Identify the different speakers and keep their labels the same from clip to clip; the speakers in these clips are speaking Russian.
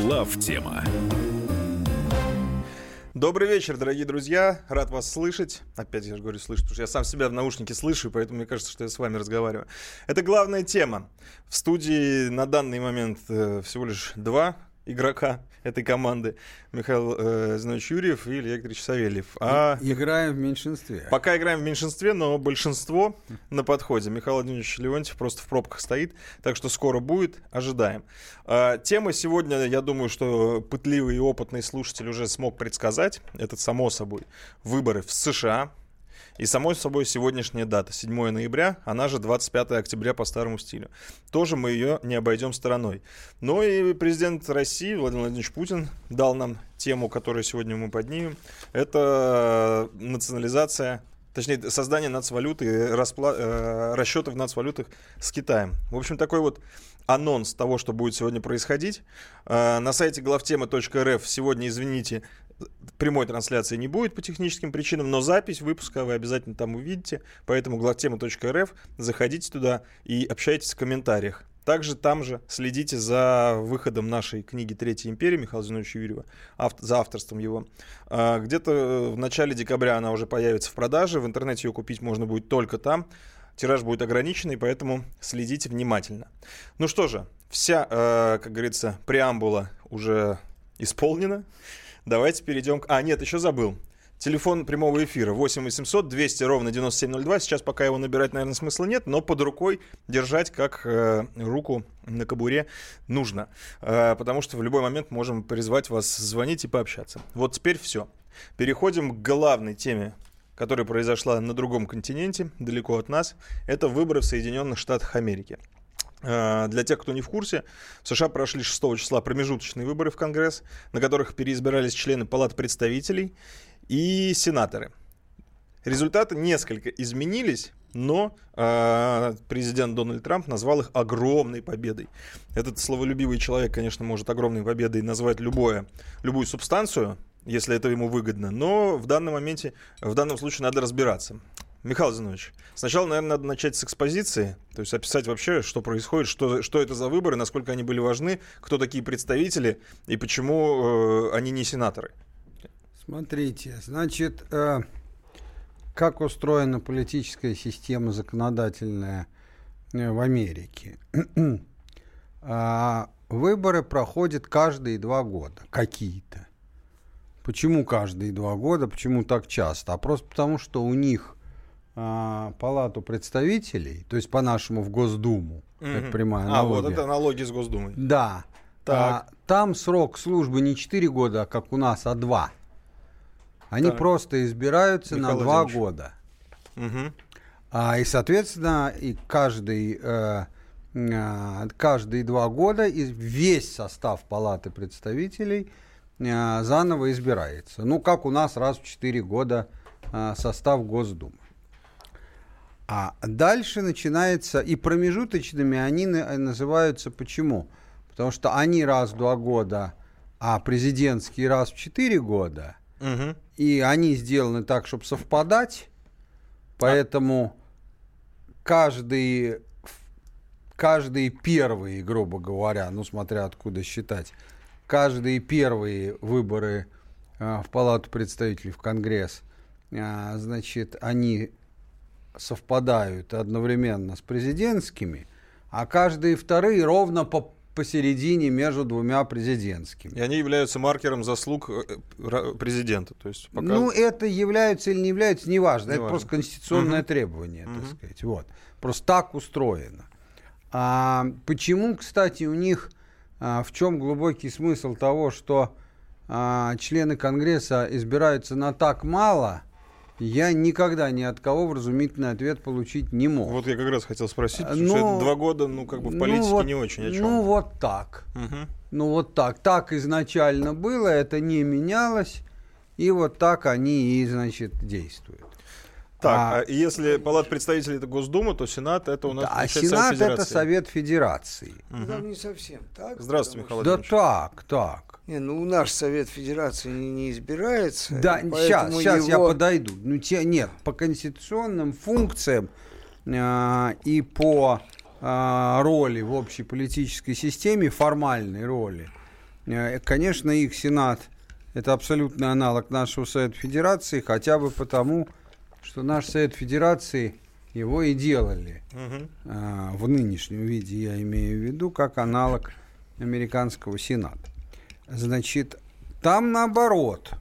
Speaker 1: Главтема.
Speaker 2: Добрый вечер, дорогие друзья. Рад вас слышать. Опять я же говорю слышать, потому что я сам себя в наушнике слышу, поэтому мне кажется, что я с вами разговариваю. Это главная тема. В студии на данный момент всего лишь два игрока этой команды. Михаил Зинович Юрьев и Илья Викторович Савельев.
Speaker 3: Играем в меньшинстве.
Speaker 2: Пока играем в меньшинстве, но большинство на подходе. Михаил Владимирович Леонтьев просто в пробках стоит, так что скоро будет, ожидаем. Тема сегодня, я думаю, что пытливый и опытный слушатель уже смог предсказать. Это, само собой, выборы в США. И, само собой, сегодняшняя дата, 7 ноября, она же 25 октября по старому стилю. Тоже мы ее не обойдем стороной. Но и президент России Владимир Владимирович Путин дал нам тему, которую сегодня мы поднимем. Это национализация, точнее, создание нацвалюты и расчеты в нацвалютах с Китаем. В общем, такой вот анонс того, что будет сегодня происходить. На сайте главтема.рф сегодня, извините, прямой трансляции не будет по техническим причинам, но запись выпуска вы обязательно там увидите. Поэтому главтема.рф, заходите туда и общайтесь в комментариях. Также там же следите за выходом нашей книги «Третья империя» Михаила Зиновича Юрьева, за авторством его. Где-то в начале декабря она уже появится в продаже. В интернете ее купить можно будет только там. Тираж будет ограниченный, поэтому следите внимательно. Ну что же, вся, как говорится, преамбула уже исполнена. Давайте перейдем к... нет, еще забыл. Телефон прямого эфира 8 800 200 ровно 9702. Сейчас пока его набирать, наверное, смысла нет, но под рукой держать как руку на кобуре нужно. Потому что в любой момент можем призвать вас звонить и пообщаться. Вот теперь все. Переходим к главной теме, которая произошла на другом континенте, далеко от нас. Это выборы в Соединенных Штатах Америки. Для тех, кто не в курсе, в США прошли 6 числа промежуточные выборы в Конгресс, на которых переизбирались члены Палаты представителей и сенаторы. Результаты несколько изменились, но президент Дональд Трамп назвал их огромной победой. Этот словолюбивый человек, конечно, может огромной победой назвать любую субстанцию, если это ему выгодно, но в данном случае надо разбираться. Михаил Зинович, сначала, наверное, надо начать с экспозиции, то есть описать вообще, что происходит, что это за выборы, насколько они были важны, кто такие представители и почему они не сенаторы.
Speaker 3: Смотрите, значит, как устроена политическая система законодательная в Америке. Выборы проходят каждые 2 года, какие-то. Почему каждые 2 года, почему так часто? А просто потому, что у них Палату представителей, то есть по-нашему в Госдуму, это прямая аналогия.
Speaker 2: Вот это аналогия с Госдумой.
Speaker 3: Да. Там срок службы не 4 года, как у нас, а 2. Они просто избираются Михаил на 2 года. И, соответственно, и каждые 2 года весь состав Палаты представителей заново избирается. Ну, как у нас раз в 4 года состав Госдумы. А дальше начинается, и промежуточными они называются почему? Потому что они раз в 2 года, а президентские раз в 4 года, и они сделаны так, чтобы совпадать, поэтому каждый первый, грубо говоря, ну смотря откуда считать, каждые первые выборы в Палату представителей, в Конгресс, значит, они совпадают одновременно с президентскими, а каждые вторые ровно посередине между 2 президентскими.
Speaker 2: И они являются маркером заслуг президента. То есть пока...
Speaker 3: Ну, это являются или не являются, неважно. Это просто конституционное требование, так сказать. Вот. Просто так устроено. Почему, кстати, у них, в чем глубокий смысл того, что члены Конгресса избираются на так мало, я никогда ни от кого вразумительный ответ получить не мог.
Speaker 2: Вот я как раз хотел спросить, что это 2 года, в политике не очень о чем.
Speaker 3: Ну, вот так. Вот так. Так изначально было, это не менялось, и вот так они и, значит, действуют.
Speaker 2: Так, а если Палата представителей это Госдума, то Сенат это у нас
Speaker 3: Сенат это Совет Федерации.
Speaker 4: Там не совсем так.
Speaker 2: Здравствуйте, Михаил Владимирович.
Speaker 3: Да так.
Speaker 4: Наш Совет Федерации не избирается.
Speaker 3: Да, сейчас я подойду. Нет, по конституционным функциям и по роли в общей политической системе, формальной роли, Конечно, их Сенат – это абсолютный аналог нашего Совета Федерации, хотя бы потому, что наш Совет Федерации его и делали в нынешнем виде, я имею в виду, как аналог американского Сената. Значит, там наоборот,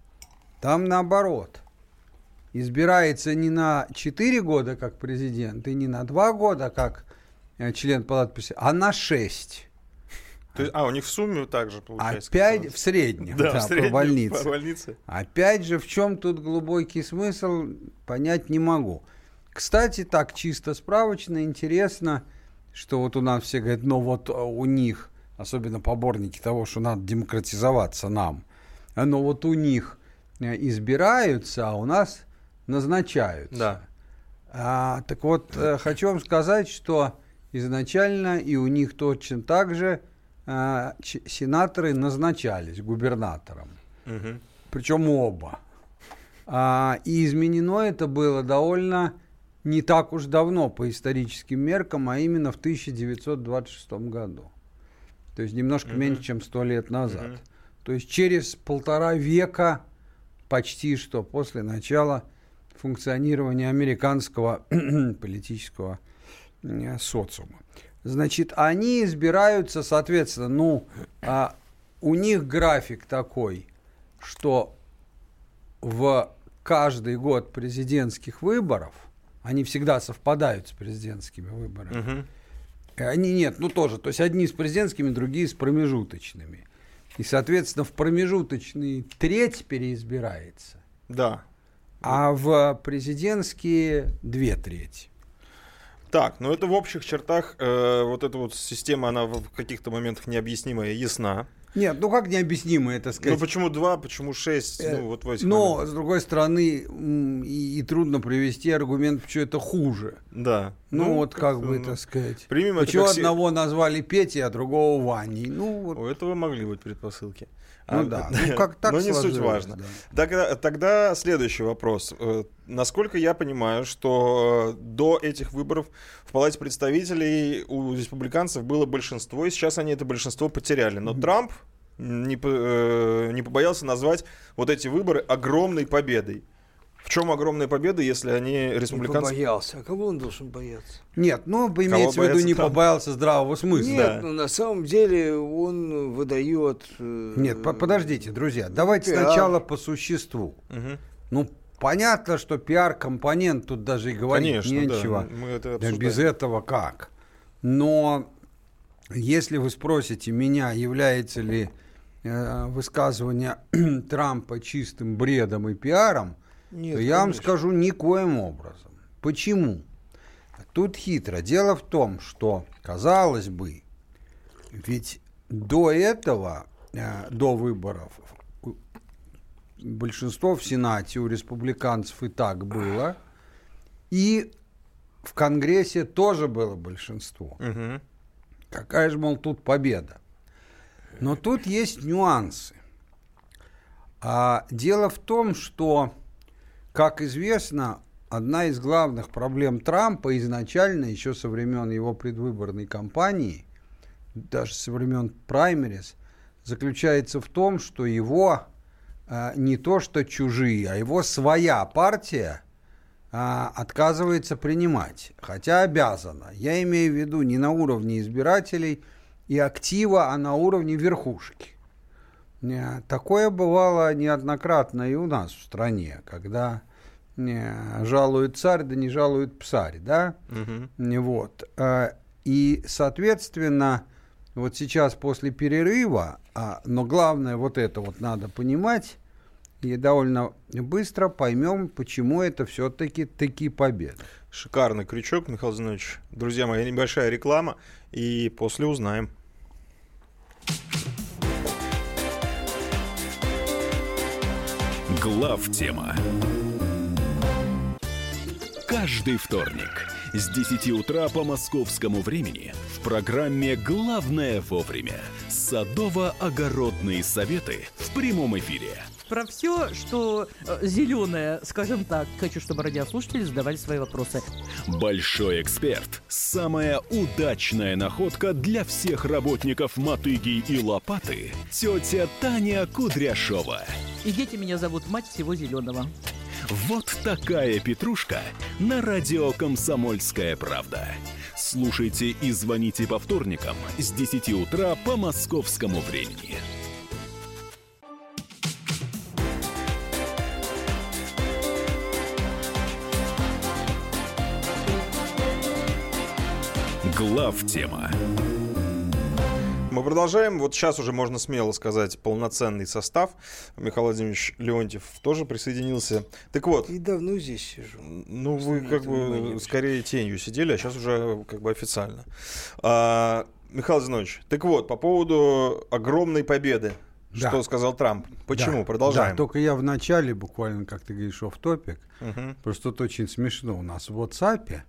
Speaker 3: избирается не на 4 года как президент и не на 2 года как член Палаты представителей, а на 6.
Speaker 2: То есть, у них в сумме также получается.
Speaker 3: Опять в среднем,
Speaker 2: в среднем,
Speaker 3: по больнице. Опять же, в чем тут глубокий смысл, понять не могу. Кстати, так чисто справочно интересно, что вот у нас все говорят, вот у них, особенно поборники того, что надо демократизоваться нам, но вот у них избираются, а у нас назначаются.
Speaker 2: Да.
Speaker 3: Так вот, хочу вам сказать, что изначально и у них точно так же сенаторы назначались губернатором. Причем оба. И изменено это было довольно не так уж давно по историческим меркам, а именно в 1926 году. То есть немножко меньше, чем 100 лет назад. То есть через 1,5 века почти что после начала функционирования американского политического социума. Значит, они избираются, соответственно, у них график такой, что в каждый год президентских выборов, они всегда совпадают с президентскими выборами. Они тоже, то есть одни с президентскими, другие с промежуточными. И, соответственно, в промежуточные треть переизбирается.
Speaker 2: Да.
Speaker 3: А в президентские 2/3.
Speaker 2: Так, это в общих чертах, вот эта вот система, она в каких-то моментах необъяснимая, ясна.
Speaker 3: Нет, как необъяснимо это сказать?
Speaker 2: Почему 2, почему 6? Вот в этих
Speaker 3: но,
Speaker 2: моментах.
Speaker 3: с другой стороны, и трудно привести аргумент, почему это хуже.
Speaker 2: Да.
Speaker 3: Так сказать.
Speaker 2: Примем
Speaker 3: почему
Speaker 2: это
Speaker 3: одного назвали Петей, а другого Ваней?
Speaker 2: У этого могли быть предпосылки.
Speaker 3: Как так
Speaker 2: но не суть важно.
Speaker 3: Да.
Speaker 2: Тогда следующий вопрос. Насколько я понимаю, что до этих выборов в Палате представителей у республиканцев было большинство, и сейчас они это большинство потеряли. Но Трамп не побоялся назвать вот эти выборы огромной победой. В чем огромная победа, если они республиканцы...
Speaker 4: Не побоялся. А кого он должен бояться?
Speaker 3: Нет, имеется в виду, не побоялся здравого смысла.
Speaker 4: Нет, на самом деле он выдает...
Speaker 3: Нет, подождите, друзья, давайте сначала по существу. Понятно, что пиар-компонент тут даже и говорить нечего.
Speaker 2: Да,
Speaker 3: без этого как? Но если вы спросите меня, является ли высказывание Трампа чистым бредом и пиаром,
Speaker 4: нет,
Speaker 3: то я вам скажу никоим образом. Почему? Тут хитро. Дело в том, что, казалось бы, ведь до этого, до выборов, большинство в Сенате у республиканцев и так было, и в Конгрессе тоже было большинство. Какая же, мол, тут победа? Но тут есть нюансы. Дело в том, что, как известно, одна из главных проблем Трампа изначально, еще со времен его предвыборной кампании, даже со времен праймерис, заключается в том, что его не то что чужие, а его своя партия отказывается принимать, хотя обязана. Я имею в виду не на уровне избирателей и актива, а на уровне верхушки. Такое бывало неоднократно и у нас в стране, когда жалует царь, да не жалует псарь, да? Вот. И, соответственно, вот сейчас после перерыва, но главное вот это вот надо понимать, и довольно быстро поймем, почему это все-таки такие победы.
Speaker 2: Шикарный крючок, Михаил Зинович. Друзья мои, небольшая реклама, и после узнаем.
Speaker 1: Главтема. Каждый вторник с 10 утра по московскому времени в программе «Главное вовремя» садово-огородные советы в прямом эфире.
Speaker 5: про все, что зеленое, скажем так. Хочу, чтобы радиослушатели задавали свои вопросы.
Speaker 1: Большой эксперт. Самая удачная находка для всех работников «Мотыги» и «Лопаты». Тетя Таня Кудряшова.
Speaker 5: И дети меня зовут мать всего зеленого.
Speaker 1: Вот такая петрушка на радио «Комсомольская правда». Слушайте и звоните по вторникам с 10 утра по московскому времени. Главтема.
Speaker 2: Мы продолжаем. Вот сейчас уже можно смело сказать полноценный состав. Михаил Владимирович Леонтьев тоже присоединился. Так вот.
Speaker 4: И давно здесь сижу.
Speaker 2: Ну, вы как бы скорее тенью сидели, а сейчас уже как бы официально. Михаил Зинович, так вот, по поводу огромной победы.
Speaker 3: Да.
Speaker 2: Что сказал Трамп? Почему?
Speaker 3: Да.
Speaker 2: Продолжаем.
Speaker 3: Да, только я в начале, буквально, как ты говоришь, офф-топик,
Speaker 2: Угу.
Speaker 3: просто тут очень смешно. У нас в WhatsApp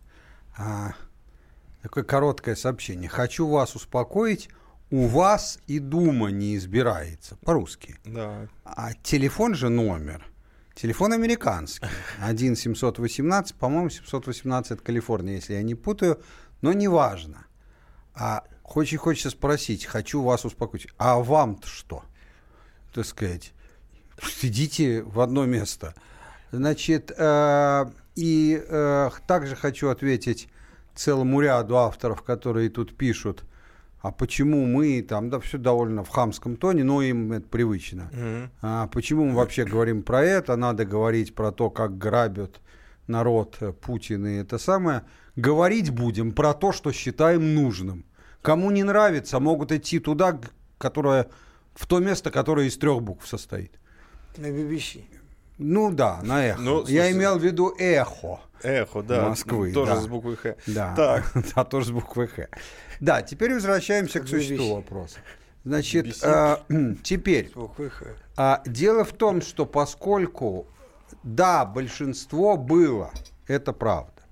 Speaker 3: такое короткое сообщение. Хочу вас успокоить, у вас и Дума не избирается. По-русски.
Speaker 2: Да.
Speaker 3: А телефон же номер. Телефон американский. 1-718, по-моему, 718 это Калифорния, если я не путаю, но неважно. Очень хочется спросить, хочу вас успокоить, а вам-то что? Так сказать, сидите в одно место. Значит, также хочу ответить целому ряду авторов, которые тут пишут, а почему мы там, да, все довольно в хамском тоне, но им это привычно. Почему мы вообще говорим про это? Надо говорить про то, как грабят народ Путин и это самое. Говорить будем про то, что считаем нужным. Кому не нравится, могут идти туда, в то место, которое из 3 букв состоит.
Speaker 4: На BBC.
Speaker 3: Ну да, на эхо.
Speaker 2: Ну,
Speaker 3: я имел в виду эхо.
Speaker 2: Эхо, да.
Speaker 3: Москвы.
Speaker 2: Тоже
Speaker 3: да.
Speaker 2: с буквой Х.
Speaker 3: Да,
Speaker 2: Так.
Speaker 3: да, тоже с буквой Х. Да, теперь возвращаемся к существу вопроса. Значит, теперь дело в том, что поскольку, да, большинство было, это правда,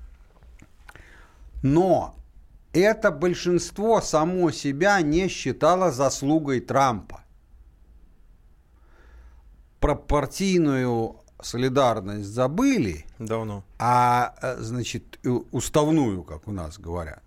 Speaker 3: но это большинство само себя не считало заслугой Трампа. Про партийную солидарность забыли,
Speaker 2: Давно.
Speaker 3: значит, уставную, как у нас говорят.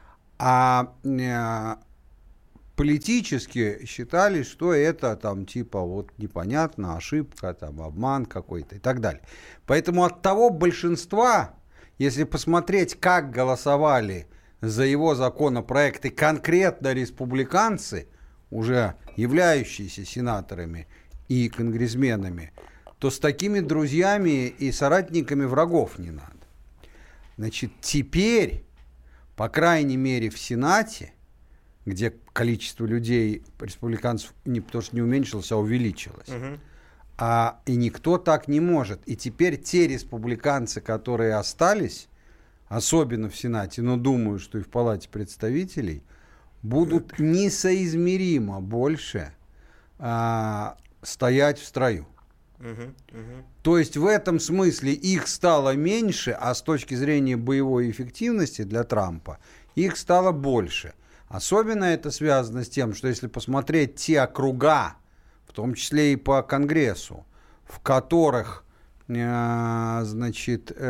Speaker 3: Политически считали, что это там типа вот непонятно, ошибка, там обман какой-то и так далее. Поэтому от того большинства, если посмотреть, как голосовали за его законопроекты конкретно республиканцы, уже являющиеся сенаторами и конгрессменами, то с такими друзьями и соратниками врагов не надо. Значит, теперь, по крайней мере, в Сенате, где количество людей, республиканцев, не потому что не уменьшилось, а увеличилось, и никто так не может. И теперь те республиканцы, которые остались, особенно в Сенате, но думаю, что и в Палате представителей, будут несоизмеримо больше стоять в строю. То есть в этом смысле их стало меньше, а с точки зрения боевой эффективности для Трампа их стало больше. Особенно это связано с тем, что если посмотреть те округа, в том числе и по Конгрессу, в которых, значит,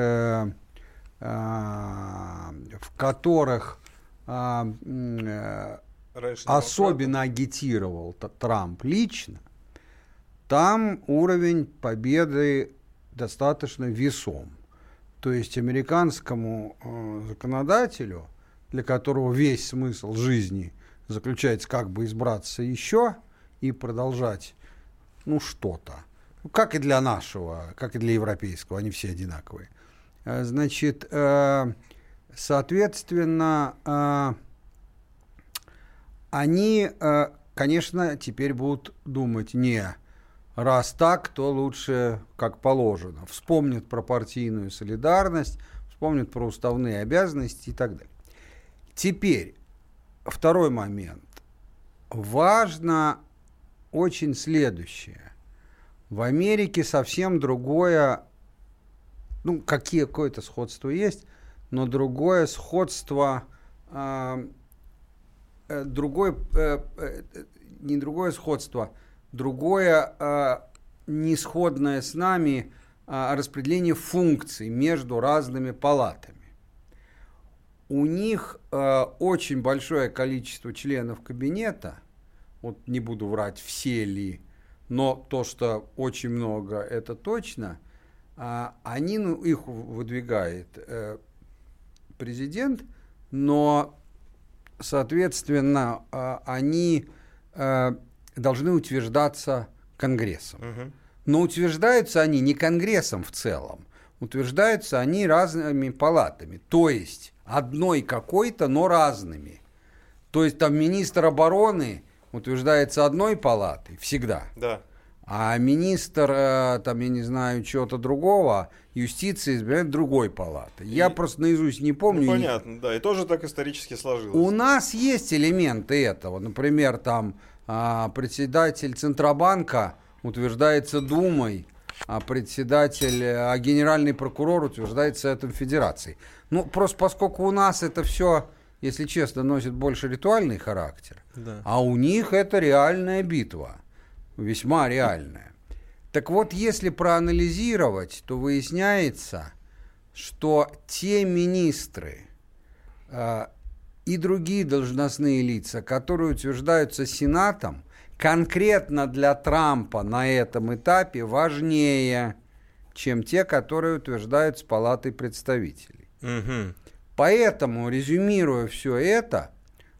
Speaker 3: особенно агитировал Трамп лично, там уровень победы достаточно весом. То есть американскому законодателю, для которого весь смысл жизни заключается как бы избраться еще и продолжать, ну, что-то. Как и для нашего, как и для европейского, они все одинаковые. Значит, соответственно, они, конечно, теперь будут думать, не, раз так, то лучше как положено. Вспомнят про партийную солидарность, вспомнят про уставные обязанности и так далее. Теперь, второй момент. Важно очень следующее. В Америке совсем другое, ну, какое-то сходство есть, но другое сходство, не другое сходство, другое не сходное с нами распределение функций между разными палатами. У них очень большое количество членов кабинета, вот не буду врать, все ли, но то, что очень много, это точно, они, их выдвигает президент, но, соответственно, они должны утверждаться Конгрессом. Но утверждаются они не Конгрессом в целом, утверждаются они разными палатами, то есть одной какой-то, но разными. То есть там министр обороны утверждается одной палатой всегда,
Speaker 2: Да.
Speaker 3: а министр, там, я не знаю, чего-то другого, юстиции избирает другой палатой. Я просто наизусть не помню.
Speaker 2: Ну, понятно, да, и тоже так исторически сложилось.
Speaker 3: У нас есть элементы этого. Например, там председатель Центробанка утверждается Думой, а генеральный прокурор утверждается Советом Федерации. Ну, просто поскольку у нас это все, если честно, носит больше ритуальный характер,
Speaker 2: Да.
Speaker 3: а у них это реальная битва, весьма реальная. Так вот, если проанализировать, то выясняется, что те министры и другие должностные лица, которые утверждаются Сенатом, конкретно для Трампа на этом этапе важнее, чем те, которые утверждаются Палатой представителей.
Speaker 2: Угу.
Speaker 3: Поэтому, резюмируя все это,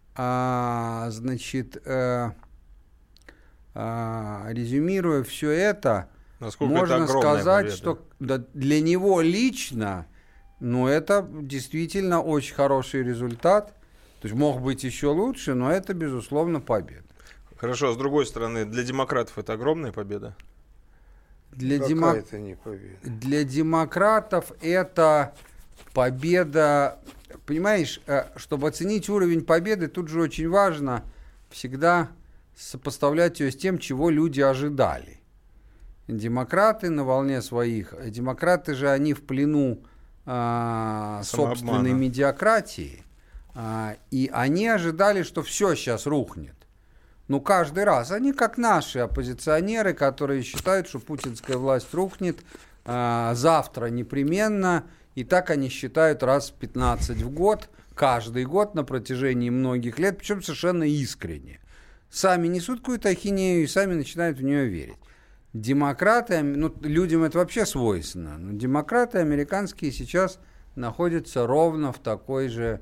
Speaker 2: Насколько
Speaker 3: можно
Speaker 2: это огромная
Speaker 3: сказать,
Speaker 2: победа.
Speaker 3: что для него лично, это действительно очень хороший результат. То есть мог быть еще лучше, но это, безусловно, победа.
Speaker 2: Хорошо, с другой стороны, для демократов это огромная победа?
Speaker 4: Какая-то не победа.
Speaker 3: Для демократов это победа. Понимаешь, чтобы оценить уровень победы, тут же очень важно всегда сопоставлять ее с тем, чего люди ожидали. Демократы на волне своих. Демократы же, они в плену собственной медиакратии. И они ожидали, что все сейчас рухнет. Ну, каждый раз. Они как наши оппозиционеры, которые считают, что путинская власть рухнет завтра непременно. И так они считают раз в 15 в год, каждый год на протяжении многих лет, причем совершенно искренне. Сами несут какую-то ахинею и сами начинают в нее верить. Демократы, людям это вообще свойственно, но демократы американские сейчас находятся ровно в такой же,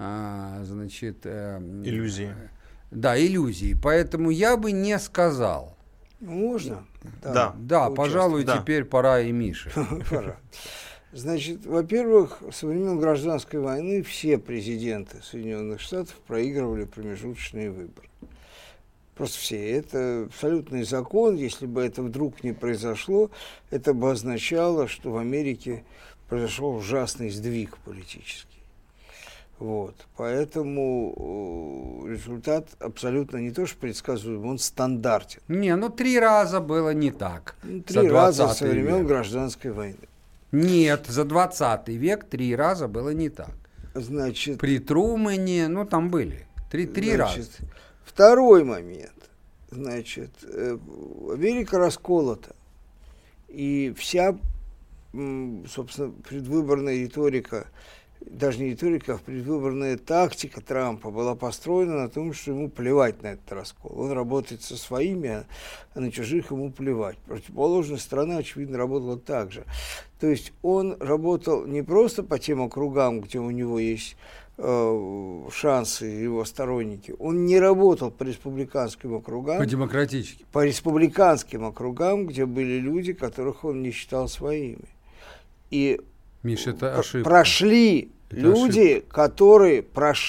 Speaker 2: иллюзии.
Speaker 3: Да, иллюзии. Поэтому я бы не сказал.
Speaker 4: Можно?
Speaker 3: Да, пожалуй, теперь пора и Мише.
Speaker 4: Пора. Значит, во-первых, со времен гражданской войны все президенты Соединенных Штатов проигрывали промежуточные выборы. Просто все. Это абсолютный закон. Если бы это вдруг не произошло, это бы означало, что в Америке произошел ужасный сдвиг политический. Вот. Поэтому результат абсолютно не то, что предсказуем, он стандартен.
Speaker 3: 3 раза было не так.
Speaker 4: 3 раза со времен гражданской войны.
Speaker 3: Нет, за 20 век 3 раза было не так.
Speaker 4: Значит,
Speaker 3: при Трумэне, там были. 3 раза.
Speaker 4: Второй момент. Значит, Америка расколота. И вся, собственно, предвыборная риторика, даже не риторика, а предвыборная тактика Трампа была построена на том, что ему плевать на этот раскол. Он работает со своими, а на чужих ему плевать. Противоположная сторона, очевидно, работала так же. То есть он работал не просто по тем округам, где у него есть шансы, его сторонники. Он не работал по республиканским округам.
Speaker 3: По демократическим.
Speaker 4: По республиканским округам, где были люди, которых он не считал своими. И
Speaker 3: Миша, это ошибка.
Speaker 4: Прошли люди, которые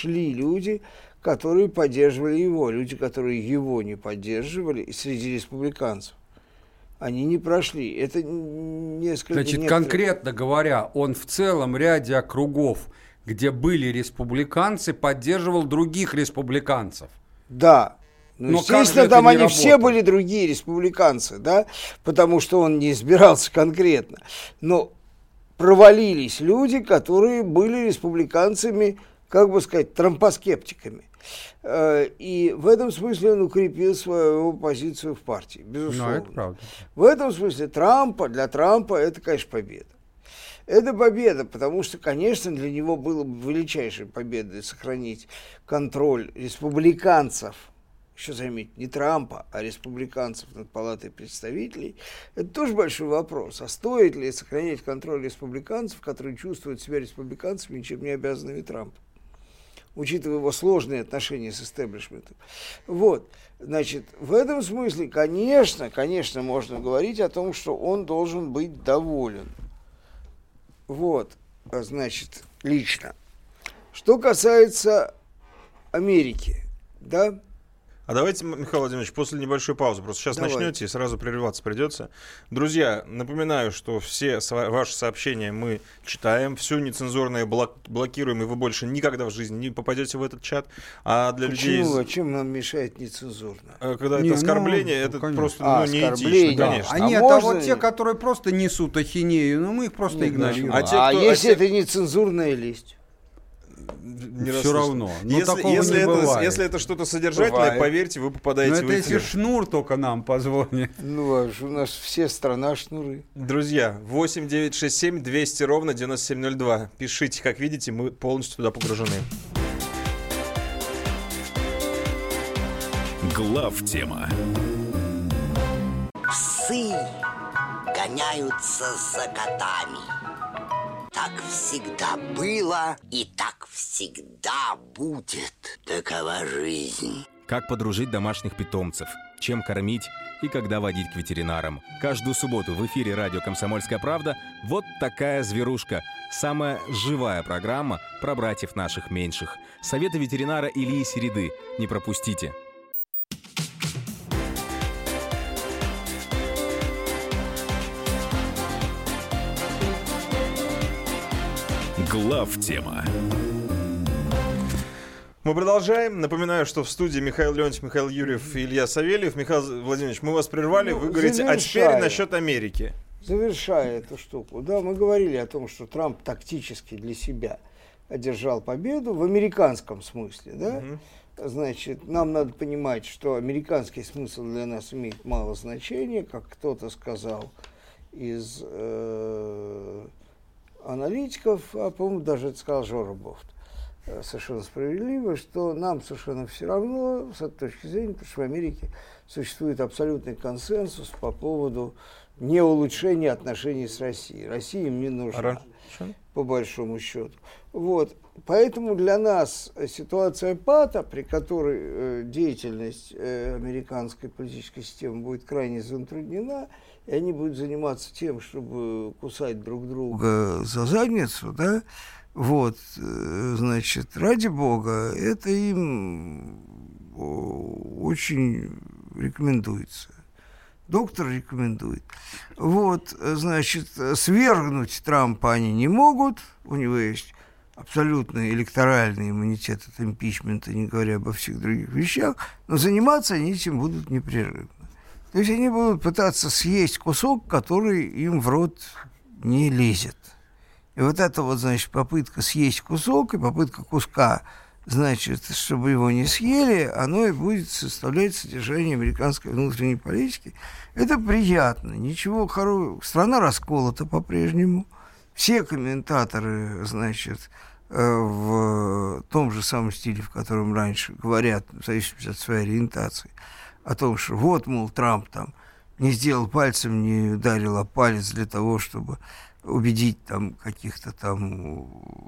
Speaker 4: поддерживали его, люди, которые его не поддерживали, и среди республиканцев. Они не прошли. Это несколько...
Speaker 3: Значит, конкретно говоря, он в целом ряде округов, где были республиканцы, поддерживал других республиканцев.
Speaker 4: Да. Но естественно, там они все были другие республиканцы, да, потому что он не избирался конкретно. Но провалились люди, которые были республиканцами как бы сказать, трампоскептиками. И в этом смысле он укрепил свою позицию в партии, безусловно.
Speaker 3: Это правда.
Speaker 4: В этом смысле для Трампа это, конечно, победа. Это победа, потому что, конечно, для него было бы величайшей победой сохранить контроль республиканцев, еще заметьте, не Трампа, а республиканцев над Палатой представителей. Это тоже большой вопрос. А стоит ли сохранять контроль республиканцев, которые чувствуют себя республиканцами, ничем не обязанными Трампу, учитывая его сложные отношения с истеблишментом. Вот. Значит, в этом смысле, конечно, можно говорить о том, что он должен быть доволен. Вот, значит, лично. Что касается Америки, да?
Speaker 2: А давайте, Михаил Владимирович, после небольшой паузы, просто сейчас начнете и сразу прерываться придется. Друзья, напоминаю, что все ваши сообщения мы читаем, все нецензурное блокируем, и вы больше никогда в жизни не попадете в этот чат. А для людей...
Speaker 4: Почему? Чем нам мешает нецензурно?
Speaker 2: Когда это оскорбление, это просто не этично, конечно.
Speaker 3: А нет, вот те, которые просто несут ахинею, мы их просто игнорируем.
Speaker 4: Если это нецензурная лесть?
Speaker 3: Все равно.
Speaker 2: Если это что-то содержательное, поверьте, вы попадаете в эфир.
Speaker 3: Но это если Шнур только нам позвонит.
Speaker 4: У нас все страна шнуры.
Speaker 2: Друзья, 8-967-200-97-02. Пишите, как видите, мы полностью туда погружены.
Speaker 1: Главтема.
Speaker 6: Псы гоняются за котами. Так всегда было и так всегда будет. Такова жизнь.
Speaker 7: Как подружить домашних питомцев, чем кормить и когда водить к ветеринарам. Каждую субботу в эфире радио «Комсомольская правда» вот такая зверушка. Самая живая программа про братьев наших меньших. Советы ветеринара Ильи Середы. Не пропустите.
Speaker 1: Главтема.
Speaker 2: Мы продолжаем. Напоминаю, что в студии Михаил Леонтьев, Михаил Юрьев и Илья Савельев. Михаил Владимирович, мы вас прервали. Вы говорите, а теперь насчет Америки.
Speaker 4: Завершая эту штуку. Да, мы говорили о том, что Трамп тактически для себя одержал победу в американском смысле. Да? Значит, нам надо понимать, что американский смысл для нас имеет мало значения, как кто-то сказал из аналитиков, а, по-моему, даже это сказал Жора Бофт, совершенно справедливо, что нам совершенно все равно, с этой точки зрения, потому что в Америке существует абсолютный консенсус по поводу неулучшения отношений с Россией. Россия им не нужна, по большому счету. Вот. Поэтому для нас ситуация пата, при которой деятельность американской политической системы будет крайне затруднена, и они будут заниматься тем, чтобы кусать друг друга за задницу, да, вот, значит, ради бога, это им очень рекомендуется. Доктор рекомендует. Вот, значит, свергнуть Трампа они не могут, у него есть абсолютный электоральный иммунитет от импичмента, не говоря обо всех других вещах, но заниматься они этим будут непрерывно. То есть они будут пытаться съесть кусок, который им в рот не лезет. И вот эта вот, значит, попытка съесть кусок и попытка куска, значит, чтобы его не съели, оно и будет составлять содержание американской внутренней политики. Это приятно, ничего хорошего. Страна расколота по-прежнему. Все комментаторы, значит, в том же самом стиле, в котором раньше говорят, в зависимости от своей ориентации, о том, что вот, мол, Трамп там не сделал пальцем, не ударил о палец для того, чтобы убедить там каких-то там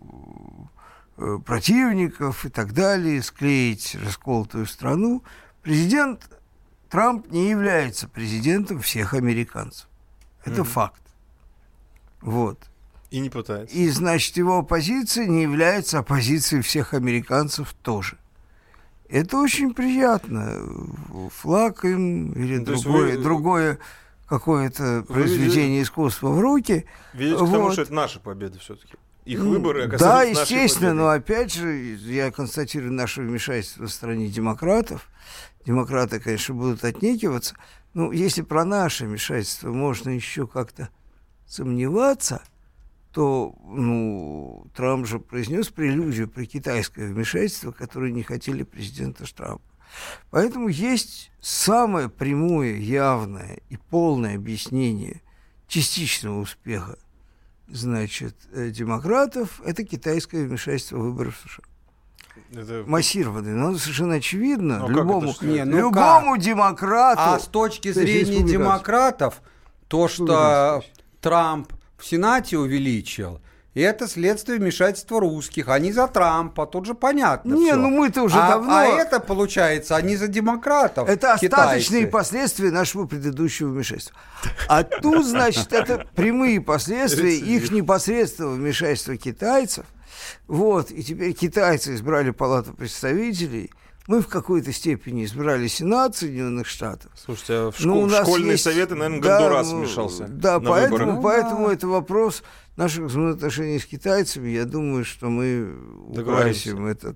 Speaker 4: противников и так далее, склеить расколотую страну. Президент Трамп не является президентом всех американцев. Это факт. Вот.
Speaker 2: И не пытается.
Speaker 4: И, значит, его оппозиция не является оппозицией всех американцев тоже. Это очень приятно. Флаг им или другое какое-то произведение искусства в руки.
Speaker 2: Видите, потому что это наша победа все-таки. Их выборы оказались
Speaker 4: да,
Speaker 2: нашей
Speaker 4: естественно,
Speaker 2: победой.
Speaker 4: но опять же, я констатирую наше вмешательство в стороне демократов. Демократы, конечно, будут отнекиваться. Но если про наше вмешательство можно еще как-то сомневаться, то Трамп же произнес прелюдию при китайское вмешательство, которое не хотели президента Трампа. Поэтому есть самое прямое, явное и полное объяснение частичного успеха, значит, демократов, это китайское вмешательство в выборы в США. Это массированное, но совершенно очевидно любому демократу.
Speaker 3: А с точки зрения демократов, то, что Трамп в Сенате увеличил, и это следствие вмешательства русских. Они за Трампа, тут же понятно.
Speaker 4: Не, ну мы-то уже давно...
Speaker 3: А это, получается, они за демократов.
Speaker 4: Это
Speaker 3: китайцы.
Speaker 4: Остаточные последствия нашего предыдущего вмешательства. А тут, значит, это прямые последствия их непосредственного вмешательства китайцев. Вот, и теперь китайцы избрали Палату представителей. Мы в какой-то степени избрали Сенат Соединенных Штатов.
Speaker 2: Слушайте, а в школьные советы, наверное, Гондурас вмешался.
Speaker 4: Да, поэтому это вопрос наших взаимоотношений с китайцами. Я думаю, что мы украсим этот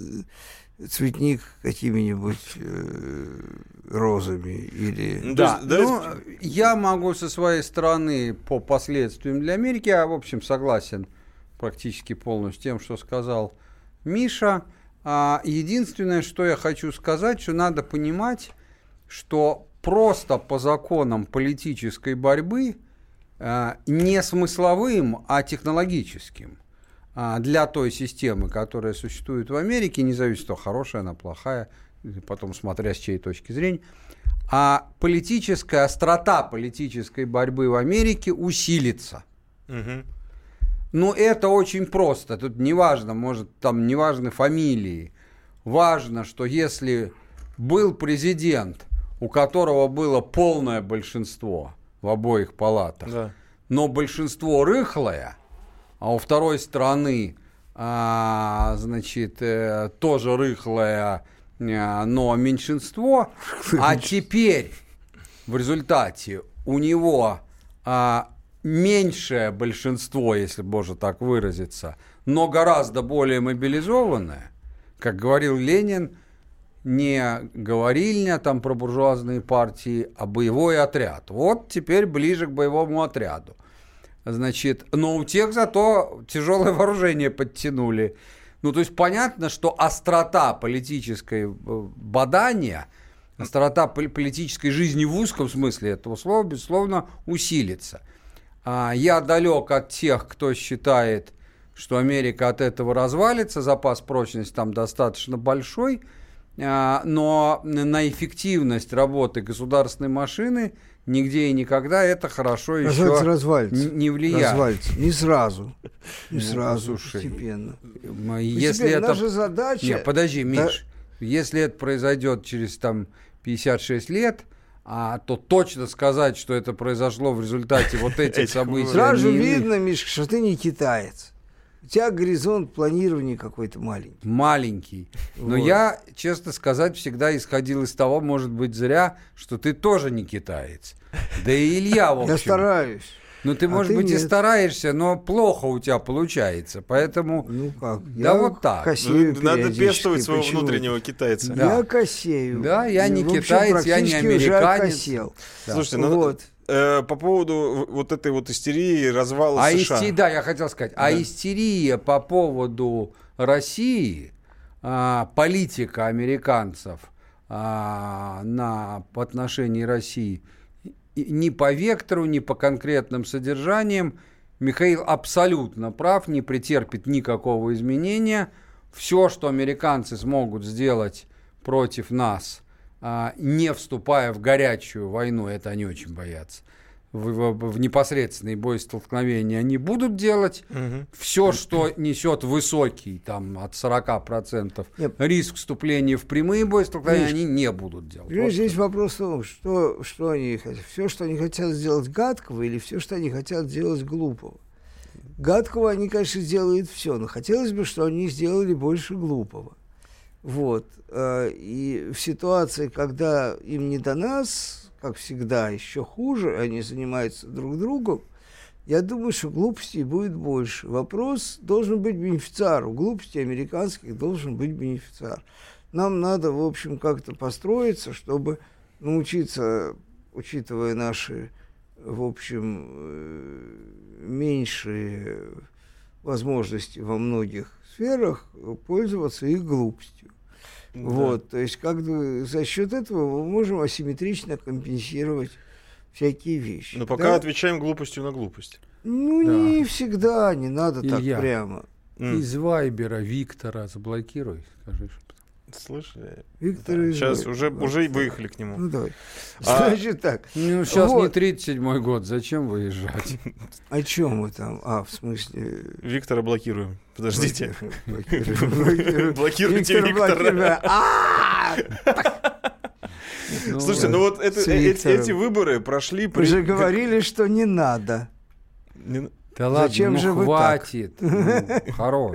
Speaker 4: цветник какими-нибудь розами или...
Speaker 3: Я могу со своей стороны по последствиям для Америки, я, в общем, согласен практически полностью с тем, что сказал Миша. Единственное, что я хочу сказать, что надо понимать, что просто по законам политической борьбы, не смысловым, а технологическим, для той системы, которая существует в Америке, не зависит, что хорошая она, плохая, потом смотря с чьей точки зрения, а политическая острота политической борьбы в Америке усилится. Угу. Ну, это очень просто. Тут не важно, может, там не важны фамилии. Важно, что если был президент, у которого было полное большинство в обоих палатах, да, но большинство рыхлое, а у второй стороны, значит, тоже рыхлое, но меньшинство, а теперь в результате у него... меньшее большинство, если можно так выразиться, но гораздо более мобилизованное, как говорил Ленин, не говорильня там про буржуазные партии, а боевой отряд. Вот теперь ближе к боевому отряду. Значит, но у тех зато тяжелое вооружение подтянули. Ну, то есть понятно, что острота политической бадания, острота политической жизни в узком смысле этого слова, безусловно, усилится. Я далек от тех, кто считает, что Америка от этого развалится, запас прочности там достаточно большой, но на эффективность работы государственной машины нигде и никогда это хорошо еще не влияет.
Speaker 4: Развалится. Не сразу. Не сразу, постепенно.
Speaker 3: Если это...
Speaker 4: Наша задача...
Speaker 3: Нет, подожди, Миш. Если это произойдет через там 56 лет... то точно сказать, что это произошло в результате вот этих событий.
Speaker 4: Сразу видно, Мишка, что ты не китаец. У тебя горизонт планирования какой-то маленький.
Speaker 3: Маленький. Но я, честно сказать, всегда исходил из того, может быть, зря, что ты тоже не китаец. Да и Илья, в общем.
Speaker 4: Я стараюсь.
Speaker 3: Ну, ты, может быть, нет. И стараешься, но плохо у тебя получается, поэтому...
Speaker 4: Ну как?
Speaker 3: Да вот так.
Speaker 2: Надо пестовать своего внутреннего китайца.
Speaker 4: Да. Я косею.
Speaker 3: Да, я не китаец, я не американец.
Speaker 2: Да. Слушайте, по поводу вот этой вот истерии, развала США.
Speaker 3: Да, я хотел сказать, истерия по поводу России, политика американцев по отношению России, ни по вектору, ни по конкретным содержаниям, Михаил абсолютно прав, не претерпит никакого изменения. Все, что американцы смогут сделать против нас, не вступая в горячую войну, это они очень боятся, в непосредственный боестолкновения они будут делать. Угу. Все, что несет высокий, там, от 40% риск вступления в прямые боестолкновения, они не будут делать.
Speaker 4: Вот здесь вопрос в том, что они хотят. Все, что они хотят сделать гадкого, или все, что они хотят сделать глупого. Гадкого они, конечно, сделают все, но хотелось бы, чтобы они сделали больше глупого. Вот. И в ситуации, когда им не до нас, как всегда, еще хуже, они занимаются друг другом, я думаю, что глупостей будет больше. Вопрос должен быть бенефициар. У глупостей американских должен быть бенефициар. Нам надо, в общем, как-то построиться, чтобы научиться, учитывая наши, в общем, меньшие возможности во многих сферах пользоваться их глупостью. Да. Вот, то есть как бы за счет этого мы можем асимметрично компенсировать всякие вещи.
Speaker 2: Но пока отвечаем глупостью на глупость.
Speaker 4: Ну, да. Не всегда, не надо Илья, так прямо.
Speaker 3: Из Вайбера Виктора заблокируй, скажи, что.
Speaker 2: Слышали?
Speaker 4: Виктор,
Speaker 2: да. Сейчас уже выехали к нему.
Speaker 4: Ну, давай. Значит так.
Speaker 3: Ну, сейчас вот. Не 37-й год, зачем выезжать?
Speaker 4: О чем мы там? В смысле...
Speaker 2: Виктора блокируем. Подождите. Блокируйте Виктора. Слушайте, ну вот эти выборы прошли...
Speaker 4: Вы же говорили, что не надо.
Speaker 3: Да ладно, зачем же хватит. Хорош.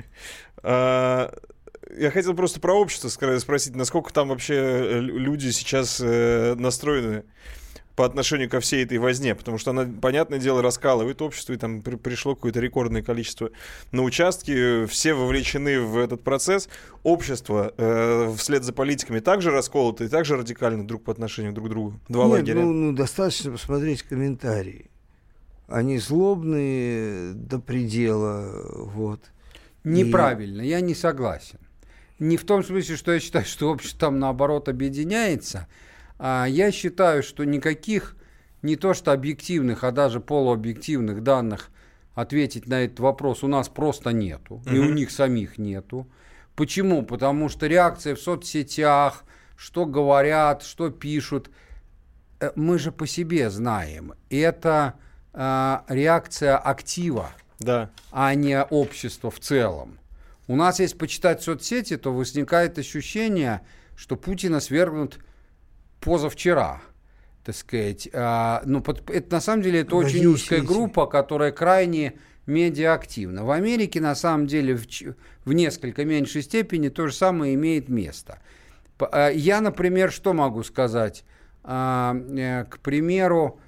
Speaker 2: Я хотел просто про общество спросить, насколько там вообще люди сейчас настроены по отношению ко всей этой возне, потому что она, понятное дело, раскалывает общество, и там пришло какое-то рекордное количество на участке, все вовлечены в этот процесс. Общество вслед за политиками также расколото и также радикально друг по отношению друг к другу. Два лагеря.
Speaker 4: Ну, достаточно посмотреть комментарии. Они злобные до предела, вот.
Speaker 3: Неправильно, я не согласен. Не в том смысле, что я считаю, что общество там, наоборот, объединяется. Я считаю, что никаких, не то что объективных, а даже полуобъективных данных ответить на этот вопрос у нас просто нету. И у них самих нету. Почему? Потому что реакция в соцсетях, что говорят, что пишут, мы же по себе знаем. Это реакция актива, да, а не общества в целом. У нас, если почитать соцсети, то возникает ощущение, что Путина свергнут позавчера, так сказать. Это на самом деле это очень узкая группа, которая крайне медиаактивна. В Америке на самом деле в несколько меньшей степени то же самое имеет место. Я, например, что могу сказать? К примеру,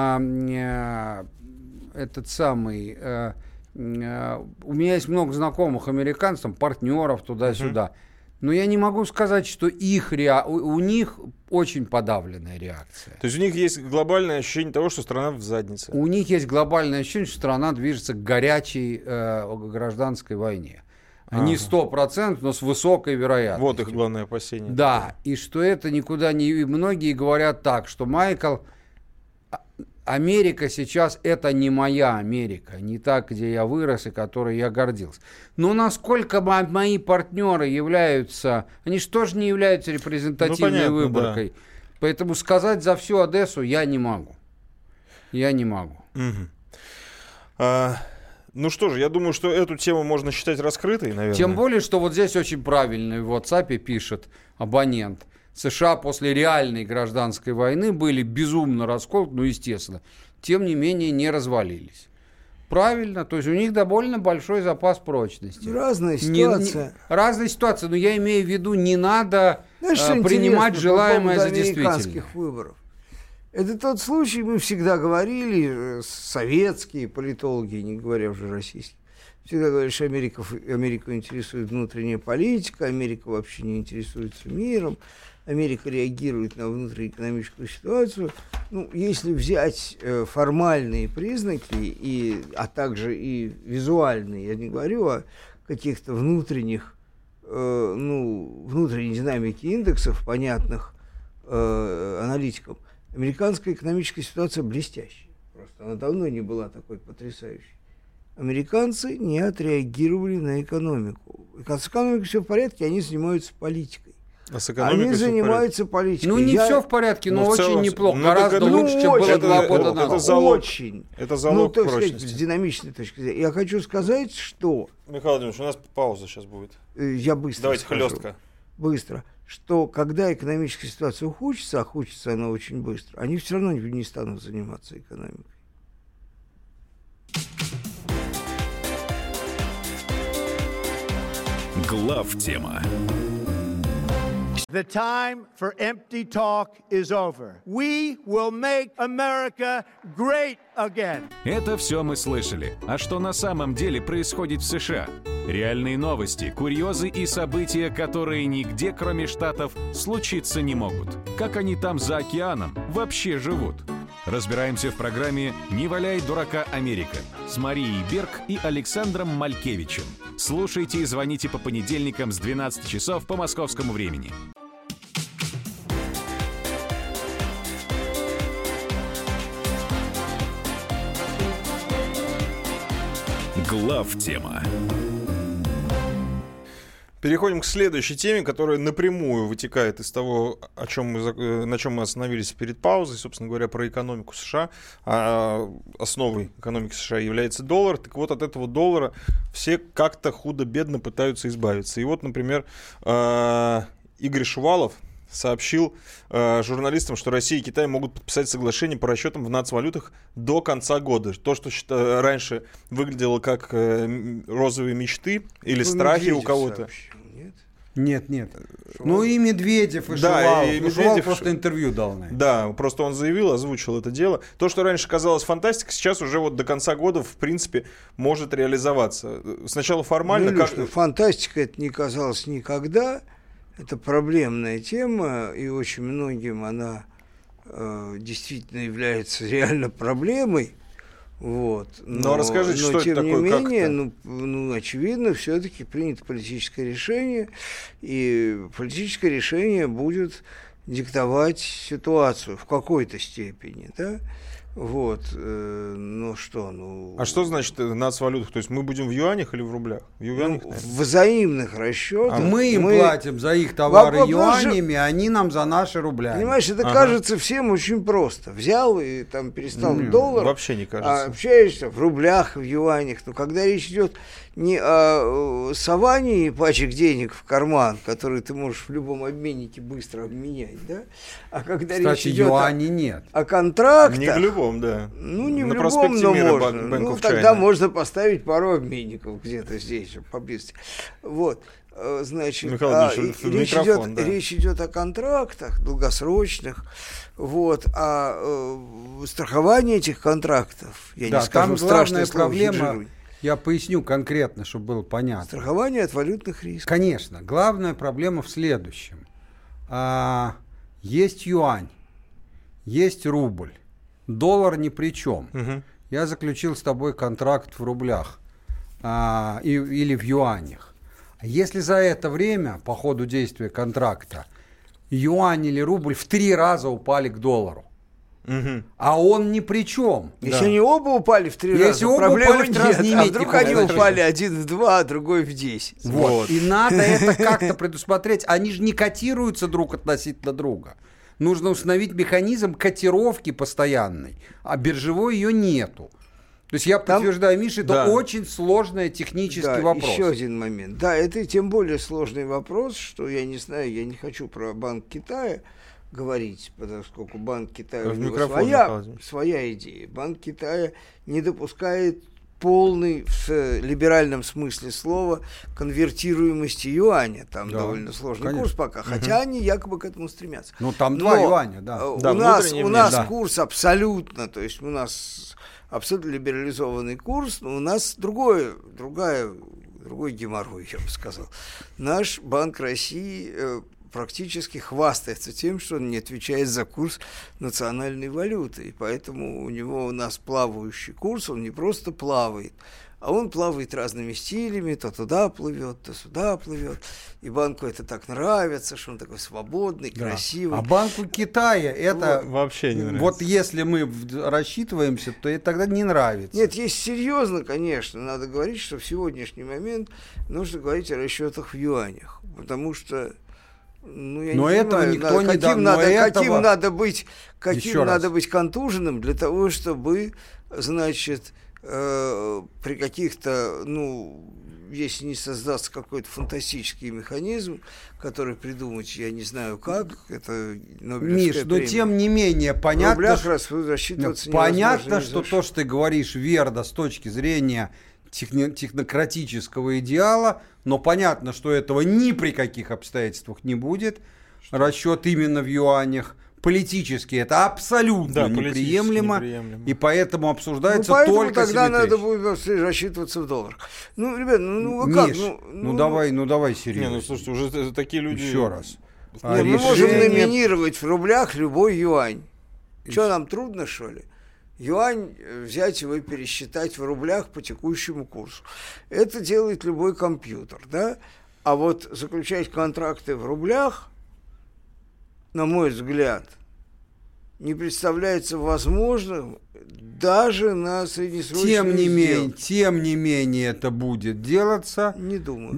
Speaker 3: этот самый... У меня есть много знакомых американцев, там, партнеров туда-сюда. Но я не могу сказать, что у них очень подавленная реакция.
Speaker 2: То есть у них есть глобальное ощущение того, что страна в заднице.
Speaker 3: У них есть глобальное ощущение, что страна движется к горячей гражданской войне. Не 100%, но с высокой вероятностью.
Speaker 2: Вот их главное опасение.
Speaker 3: Да, и что это никуда не... И многие говорят так, что Майкл... Америка сейчас это не моя Америка, не та, где я вырос и которой я гордился. Но насколько мои партнеры являются, они же тоже не являются репрезентативной выборкой. Да. Поэтому сказать за всю Одессу я не могу. Я не могу.
Speaker 2: Ну что же, я думаю, что эту тему можно считать раскрытой, наверное.
Speaker 3: Тем более, что вот здесь очень правильно в WhatsApp пишет абонент. США после реальной гражданской войны были безумно расколоты, ну, естественно, тем не менее не развалились. Правильно, то есть у них довольно большой запас прочности.
Speaker 4: Разная ситуация.
Speaker 3: Разная ситуация, но я имею в виду, не надо принимать желаемое за действительное.
Speaker 4: Выборов. Это тот случай, мы всегда говорили, советские политологи, не говоря уже российские, всегда говорят, что Америку интересует внутренняя политика, Америка вообще не интересуется миром. Америка реагирует на внутриэкономическую ситуацию. Ну, если взять формальные признаки, а также и визуальные, я не говорю о каких-то внутренней динамике индексов, понятных аналитикам, американская экономическая ситуация блестящая. Просто она давно не была такой потрясающей. Американцы не отреагировали на экономику. С экономикой все в порядке, они занимаются политикой. Они занимаются политикой.
Speaker 3: Ну, не все в порядке, но очень неплохо. Гораздо лучше, чем было 2 года назад.
Speaker 2: Это залог прочности.
Speaker 4: С динамичной точки зрения. Я хочу сказать, что...
Speaker 2: Михаил Владимирович, у нас пауза сейчас будет.
Speaker 4: Я быстро
Speaker 2: Давайте
Speaker 4: скажу.
Speaker 2: хлестко.
Speaker 4: Быстро. Что когда экономическая ситуация ухудшится, а ухудшится она очень быстро, они все равно не станут заниматься экономикой.
Speaker 1: Главтема.
Speaker 8: The time for empty talk is over. We will make America great again.
Speaker 7: Это все мы слышали. А что на самом деле происходит в США? Реальные новости, курьезы и события, которые нигде, кроме Штатов, случиться не могут. Как они там за океаном вообще живут? Разбираемся в программе «Не валяй дурака, Америка» с Марией Берг и Александром Малькевичем. Слушайте и звоните по понедельникам с 12 часов по московскому времени.
Speaker 1: Главтема.
Speaker 2: Переходим к следующей теме, которая напрямую вытекает из того, на чем мы остановились перед паузой, собственно говоря, про экономику США. Основой экономики США является доллар. Так вот, от этого доллара все как-то худо-бедно пытаются избавиться. И вот, например, Игорь Шувалов сообщил журналистам, что Россия и Китай могут подписать соглашение по расчетам в нацвалютах до конца года. То, что раньше выглядело как розовые мечты или страхи у кого-то.
Speaker 3: Нет. Ну и Медведев, и Шувалов.
Speaker 2: И Медведев
Speaker 3: Шувалов просто интервью дал на это.
Speaker 2: Да, просто он заявил, озвучил это дело. То, что раньше казалось фантастикой, сейчас уже вот до конца года, в принципе, может реализоваться. Сначала формально...
Speaker 4: Фантастика это не казалось никогда. Это проблемная тема, и очень многим она действительно является реально проблемой. Вот.
Speaker 2: Но расскажите, что это такое?
Speaker 4: Но тем не менее, очевидно, все-таки принято политическое решение, и политическое решение будет диктовать ситуацию в какой-то степени, да? Вот, А
Speaker 2: что значит нацвалютах? То есть мы будем в юанях или в рублях? В юанях,
Speaker 4: в взаимных расчетах.
Speaker 3: Мы им платим за их товары юанями, они нам за наши рублями.
Speaker 4: Понимаешь, это кажется всем очень просто. Взял и там перестал доллар.
Speaker 2: Вообще не кажется.
Speaker 4: А общаешься в рублях, в юанях. Но когда речь идет не о совании пачек денег в карман, которые ты можешь в любом обменнике быстро обменять, да? А когда речь идет о контрактах.
Speaker 2: Не в любом, да.
Speaker 4: Ну, не в любом, но можно. Ну, тогда можно поставить пару обменников где-то здесь, поблизости. Вот. Значит, речь идет о контрактах долгосрочных, вот, а страхование этих контрактов, я не скажу страшное слово,
Speaker 3: проблема. Я поясню конкретно, чтобы было понятно.
Speaker 4: Страхование от валютных рисков.
Speaker 3: Конечно. Главная проблема в следующем. Есть юань, есть рубль. Доллар ни при чем. Я заключил с тобой контракт в рублях или в юанях. Если за это время, по ходу действия контракта, юань или рубль в 3 раза упали к доллару, а он ни при чем.
Speaker 4: Если они оба упали в 3 раза,
Speaker 3: если оба упали в 3 раза, не
Speaker 4: а вдруг они упали один в 2, а другой в 10.
Speaker 3: Вот. И надо это как-то предусмотреть. Они же не котируются друг относительно друга. Нужно установить механизм котировки постоянной, а биржевой ее нету. То есть я подтверждаю, Миша, это очень сложный технический вопрос.
Speaker 4: Еще один момент. Да, это тем более сложный вопрос, что я не знаю, я не хочу про Банк Китая говорить, поскольку Банк Китая у него своя идея. Банк Китая не допускает полной, в либеральном смысле слова, конвертируемости юаня. Там довольно сложный курс пока, хотя они якобы к этому стремятся.
Speaker 3: Ну, там 2 юаня, да.
Speaker 4: У нас курс абсолютно, то есть у нас абсолютно либерализованный курс, но у нас другой геморрой, я бы сказал. Наш Банк России практически хвастается тем, что он не отвечает за курс национальной валюты. И поэтому у нас плавающий курс, он не просто плавает, а он плавает разными стилями, то туда плывет, то сюда плывет. И банку это так нравится, что он такой свободный, красивый.
Speaker 3: А Банку Китая это
Speaker 2: вообще не нравится.
Speaker 3: Вот если мы рассчитываемся, то это тогда не нравится.
Speaker 4: Нет, есть серьезно, конечно, надо говорить, что в сегодняшний момент нужно говорить о расчетах в юанях, потому что
Speaker 3: но этого никто не дает.
Speaker 4: Каким надо быть контуженным для того, чтобы, значит, при каких-то, если не создастся какой-то фантастический механизм, который придумать, я не знаю как, это Нобелевская премия.
Speaker 3: Но тем не менее понятно,
Speaker 4: понятно,
Speaker 3: что то, что ты говоришь, верно с точки зрения технократического идеала, но понятно, что этого ни при каких обстоятельствах не будет. Расчет именно в юанях. Политически это абсолютно неприемлемо, и поэтому обсуждается только
Speaker 4: тогда надо будет рассчитываться в долларах. Ребят,
Speaker 3: Миш, давай серьезно.
Speaker 2: Слушайте, уже такие люди...
Speaker 3: Еще раз.
Speaker 4: Мы можем номинировать в рублях любой юань. Что, нам трудно, что ли? Юань взять его и пересчитать в рублях по текущему курсу. Это делает любой компьютер, да? А вот заключать контракты в рублях, на мой взгляд, не представляется возможным даже на среднесрочную
Speaker 3: Тем не менее это будет делаться.
Speaker 4: Не думаю.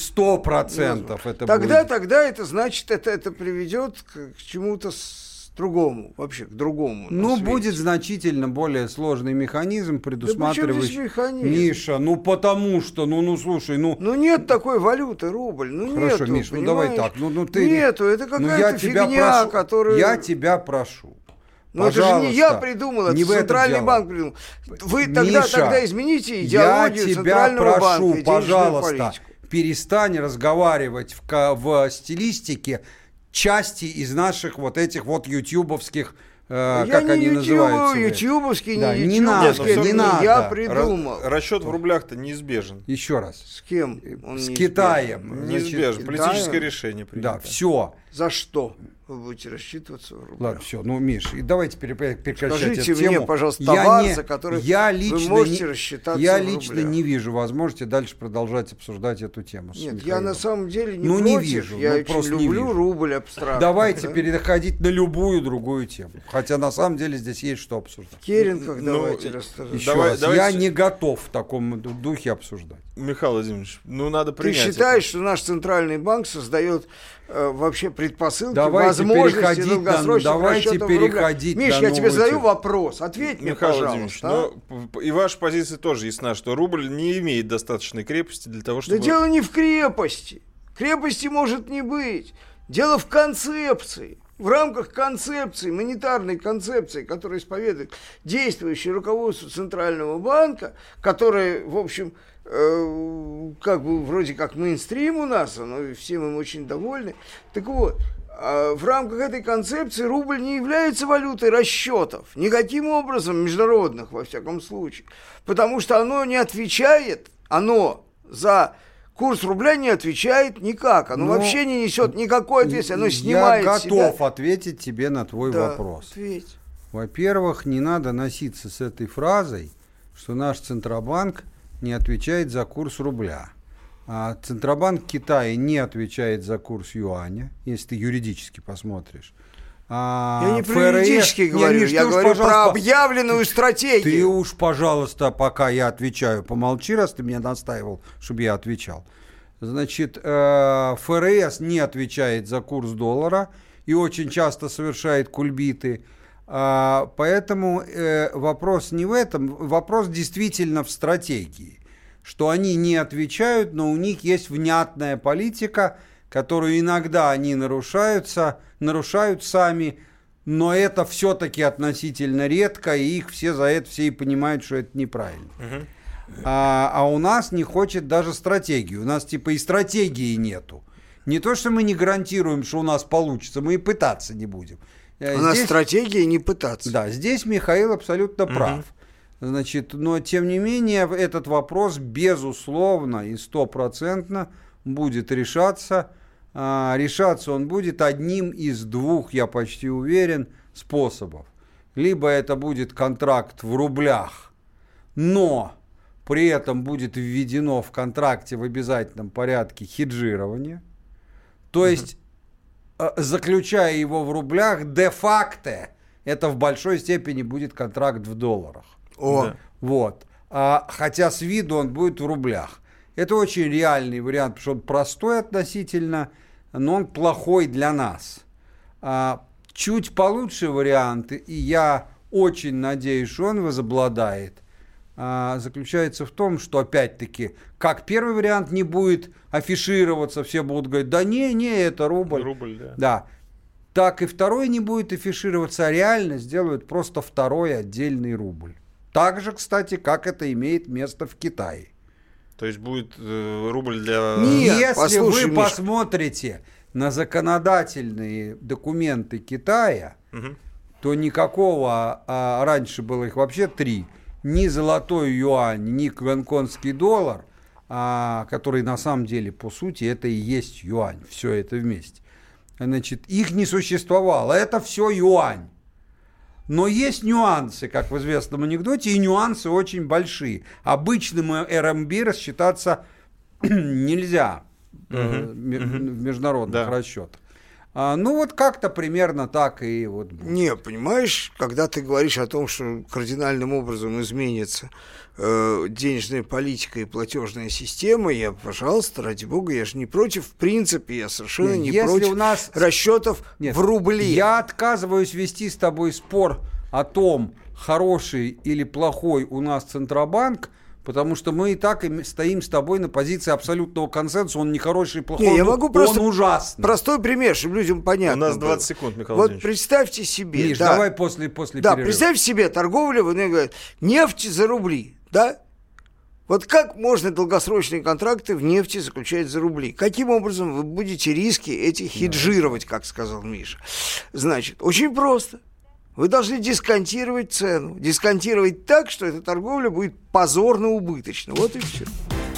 Speaker 3: 100% это
Speaker 4: тогда,
Speaker 3: будет.
Speaker 4: Тогда это значит, это приведет к чему-то другому, вообще к другому.
Speaker 3: Ну, будет значительно более сложный механизм, предусматривающий...
Speaker 4: Да при чем здесь механизм?
Speaker 3: Миша, потому что, слушай,
Speaker 4: Ну, нет такой валюты, рубль,
Speaker 3: Хорошо,
Speaker 4: нету,
Speaker 3: Миш,
Speaker 4: понимаешь?
Speaker 3: давай так, ты...
Speaker 4: Нету, это какая-то фигня, которую...
Speaker 3: Я тебя прошу.
Speaker 4: Но это же не я придумал, это Центральный банк придумал. Вы тогда измените идеологию Центрального банка.
Speaker 3: Я тебя прошу, пожалуйста, перестань разговаривать в стилистике части из наших вот этих вот ютубовских, как они называются.
Speaker 4: Ютубовский,
Speaker 3: не
Speaker 4: ютубовский,
Speaker 3: надо.
Speaker 4: Я придумал.
Speaker 2: Расчет в рублях-то неизбежен.
Speaker 3: Еще раз.
Speaker 4: С кем?
Speaker 3: С Китаем.
Speaker 2: Неизбежен. Политическое решение принято.
Speaker 3: Да, все.
Speaker 4: За что вы будете рассчитываться в рублях?
Speaker 3: Ладно, все, Миш, и давайте прекращать
Speaker 4: Скажите
Speaker 3: эту тему.
Speaker 4: мне, пожалуйста, товар, за который вы можете рассчитаться
Speaker 3: Я
Speaker 4: в
Speaker 3: лично
Speaker 4: рублях.
Speaker 3: не вижу возможности дальше продолжать обсуждать эту тему.
Speaker 4: Нет, я на самом деле не
Speaker 3: против.
Speaker 4: Не
Speaker 3: вижу.
Speaker 4: Я очень люблю рубль абстрактно.
Speaker 3: Давайте переходить на любую другую тему. Хотя на самом деле здесь есть что обсуждать.
Speaker 4: Керенков, давайте расскажем.
Speaker 3: Еще раз, я не готов в таком духе обсуждать.
Speaker 2: Михаил Владимирович, надо принять.
Speaker 4: Ты считаешь, что наш Центральный банк создает вообще предпосылки,
Speaker 3: давайте
Speaker 4: возможности долгосрочных расчетов в рублях? Миш, я тебе задаю вопрос, ответь мне, пожалуйста.
Speaker 2: И ваша позиция тоже ясна, что рубль не имеет достаточной крепости для того, чтобы...
Speaker 4: Да дело не в крепости. Крепости может не быть. Дело в концепции. В рамках концепции, монетарной концепции, которую исповедует действующее руководство Центрального банка, которое, в общем, вроде как мейнстрим у нас, но всем им очень довольны. Так вот, в рамках этой концепции рубль не является валютой расчетов, никаким образом международных, во всяком случае, потому что оно не отвечает, за курс рубля не отвечает никак, оно вообще не несет никакой ответственности, оно снимает
Speaker 3: Я готов
Speaker 4: себя.
Speaker 3: Ответить тебе на твой вопрос.
Speaker 4: Ответь.
Speaker 3: Во-первых, не надо носиться с этой фразой, что наш Центробанк не отвечает за курс рубля. А Центробанк Китая не отвечает за курс юаня, если ты юридически посмотришь.
Speaker 4: Я не про юридически говорю, я говорю про объявленную стратегию.
Speaker 3: Ты уж, пожалуйста, пока я отвечаю, помолчи, раз ты меня настаивал, чтобы я отвечал. Значит, ФРС не отвечает за курс доллара и очень часто совершает кульбиты. Поэтому вопрос не в этом, вопрос действительно в стратегии, что они не отвечают, но у них есть внятная политика, которую иногда они нарушают сами, но это все-таки относительно редко, и их все за это все и понимают, что это неправильно. А у нас не хочет даже стратегии, у нас типа и стратегии нету. Не то, что мы не гарантируем, что у нас получится, мы и пытаться не будем.
Speaker 4: У нас стратегия не пытаться.
Speaker 3: Да, здесь Михаил абсолютно прав. Значит, но тем не менее этот вопрос безусловно и 100% будет решаться. Решаться он будет одним из двух, я почти уверен, способов. Либо это будет контракт в рублях, но при этом будет введено в контракте в обязательном порядке хеджирование. То есть, заключая его в рублях, де-факто это в большой степени будет контракт в долларах. Вот. Хотя с виду он будет в рублях. Это очень реальный вариант, потому что он простой относительно, но он плохой для нас. Чуть получше вариант, и я очень надеюсь, что он возобладает, заключается в том, что опять-таки, как первый вариант не будет афишироваться, все будут говорить, да не, это рубль. Да. Так и второй не будет афишироваться, а реально сделают просто второй отдельный рубль. Так же, кстати, как это имеет место в Китае.
Speaker 2: То есть будет рубль для...
Speaker 3: Нет, если вы посмотрите на законодательные документы Китая, то никакого, раньше было их вообще 3, ни золотой юань, ни гонконгский доллар, который на самом деле, по сути, это и есть юань, все это вместе. Значит, их не существовало, это все юань. Но есть нюансы, как в известном анекдоте, и нюансы очень большие. Обычным РМБ рассчитаться нельзя в международных расчетах. Ну, вот как-то примерно так и вот будет.
Speaker 4: Не, понимаешь, когда ты говоришь о том, что кардинальным образом изменится денежная политика и платежная система, я, пожалуйста, ради бога, я же не против, в принципе, я совершенно не против расчетов в рубли.
Speaker 3: Я отказываюсь вести с тобой спор о том, хороший или плохой у нас Центробанк, потому что мы и так стоим с тобой на позиции абсолютного консенсуса. Он не хороший и плохой,
Speaker 4: я могу
Speaker 3: он
Speaker 4: просто
Speaker 3: ужасный.
Speaker 4: Простой пример, чтобы людям понятно.
Speaker 2: У нас 20 секунд, Михаил
Speaker 4: Вот
Speaker 2: Владимирович.
Speaker 4: Представьте себе.
Speaker 3: Миш, давай после
Speaker 4: да,
Speaker 3: перерыва.
Speaker 4: представьте себе торговля, вы говорите, нефть за рубли, да? Вот как можно долгосрочные контракты в нефти заключать за рубли? Каким образом вы будете риски эти хеджировать, как сказал Миша? Значит, очень просто. Вы должны дисконтировать цену. Дисконтировать так, что эта торговля будет позорно убыточна. Вот и все.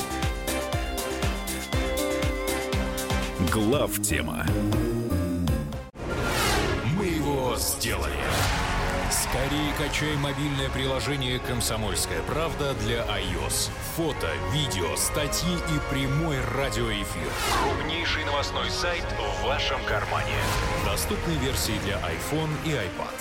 Speaker 1: Главтема.
Speaker 9: Мы его сделали. Скорее качай мобильное приложение «Комсомольская правда» для iOS. Фото, видео, статьи и прямой радиоэфир. Крупнейший новостной сайт в вашем кармане. Доступны версии для iPhone и iPad.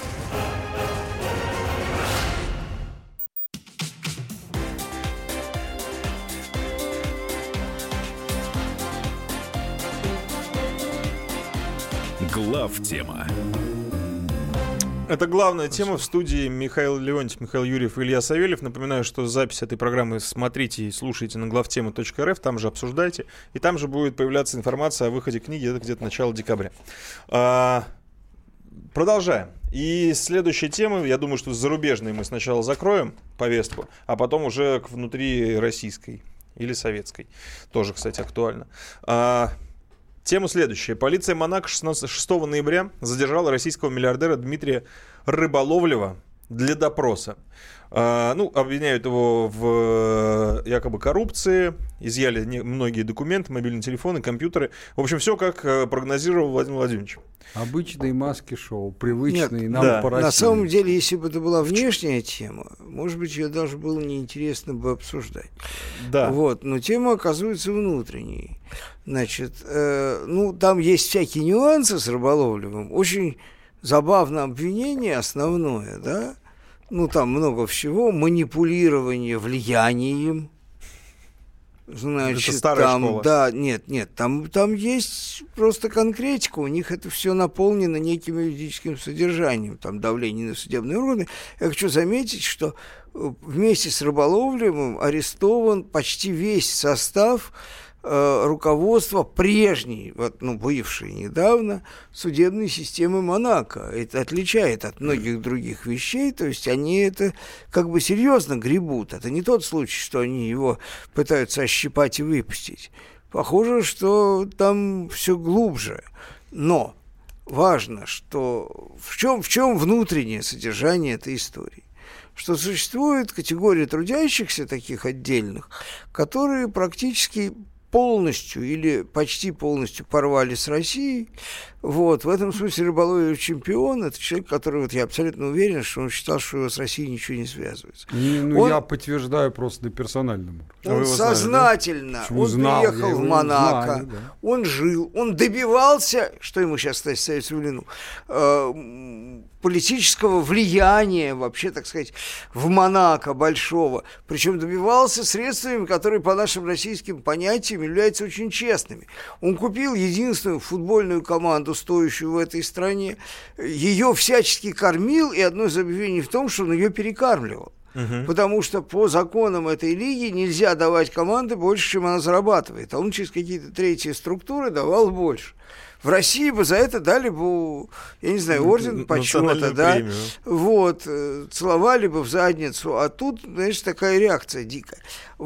Speaker 1: Главтема.
Speaker 2: Это главная тема. В студии Михаил Леонтьев, Михаил Юрьев и Илья Савельев. Напоминаю, что запись этой программы смотрите и слушайте на главтема.рф, там же обсуждайте, и там же будет появляться информация о выходе книги, это где-то начало декабря. Продолжаем. И следующая тема, я думаю, что зарубежные мы сначала закроем повестку, а потом уже к внутри российской или советской. Тоже, кстати, актуально. Тема следующая. Полиция Монако 6 ноября задержала российского миллиардера Дмитрия Рыболовлева для допроса. Обвиняют его в якобы коррупции, изъяли многие документы, мобильные телефоны, компьютеры. В общем, все, как прогнозировал Владимир Владимирович.
Speaker 3: Обычные маски-шоу, привычные нам
Speaker 2: да.
Speaker 3: по России.
Speaker 4: На самом деле, если бы это была внешняя тема, может быть, ее даже было неинтересно бы обсуждать.
Speaker 2: Да.
Speaker 4: Вот, но тема оказывается внутренней. Значит, там есть всякие нюансы с Рыболовлевым. Очень забавное обвинение основное, да? Там много всего. Манипулирование влиянием. Значит,
Speaker 2: это старая школа.
Speaker 4: Да, нет, там есть просто конкретика. У них это все наполнено неким юридическим содержанием. Там давление на судебные органы. Я хочу заметить, что вместе с Рыболовлевым арестован почти весь состав руководство прежней, бывшей недавно, судебной системы Монако. Это отличает от многих других вещей, то есть они это как бы серьезно гребут. Это не тот случай, что они его пытаются ощипать и выпустить. Похоже, что там все глубже. Но важно, что в чем внутреннее содержание этой истории. Что существует категория трудящихся, таких отдельных, которые практически полностью или почти полностью порвали с Россией. В этом смысле Рыболовлев чемпион. Это человек, который, я абсолютно уверен, что он считал, что его с Россией ничего не связывается.
Speaker 3: Я подтверждаю просто на персональном уровне.
Speaker 4: Он сознательно, приехал в Монако, он жил, он добивался, что ему сейчас, кстати, ставится в вину, политического влияния, вообще, так сказать, в Монако большого. Причем добивался средствами, которые по нашим российским понятиям являются очень честными. Он купил единственную футбольную команду, стоящую в этой стране, ее всячески кормил, и одно из объявлений в том, что он ее перекармливал. Потому что по законам этой лиги нельзя давать команды больше, чем она зарабатывает. А он через какие-то третьи структуры давал больше. В России бы за это дали бы, я не знаю, орден почета, да? Премию. Целовали бы в задницу. А тут, знаешь, такая реакция дикая.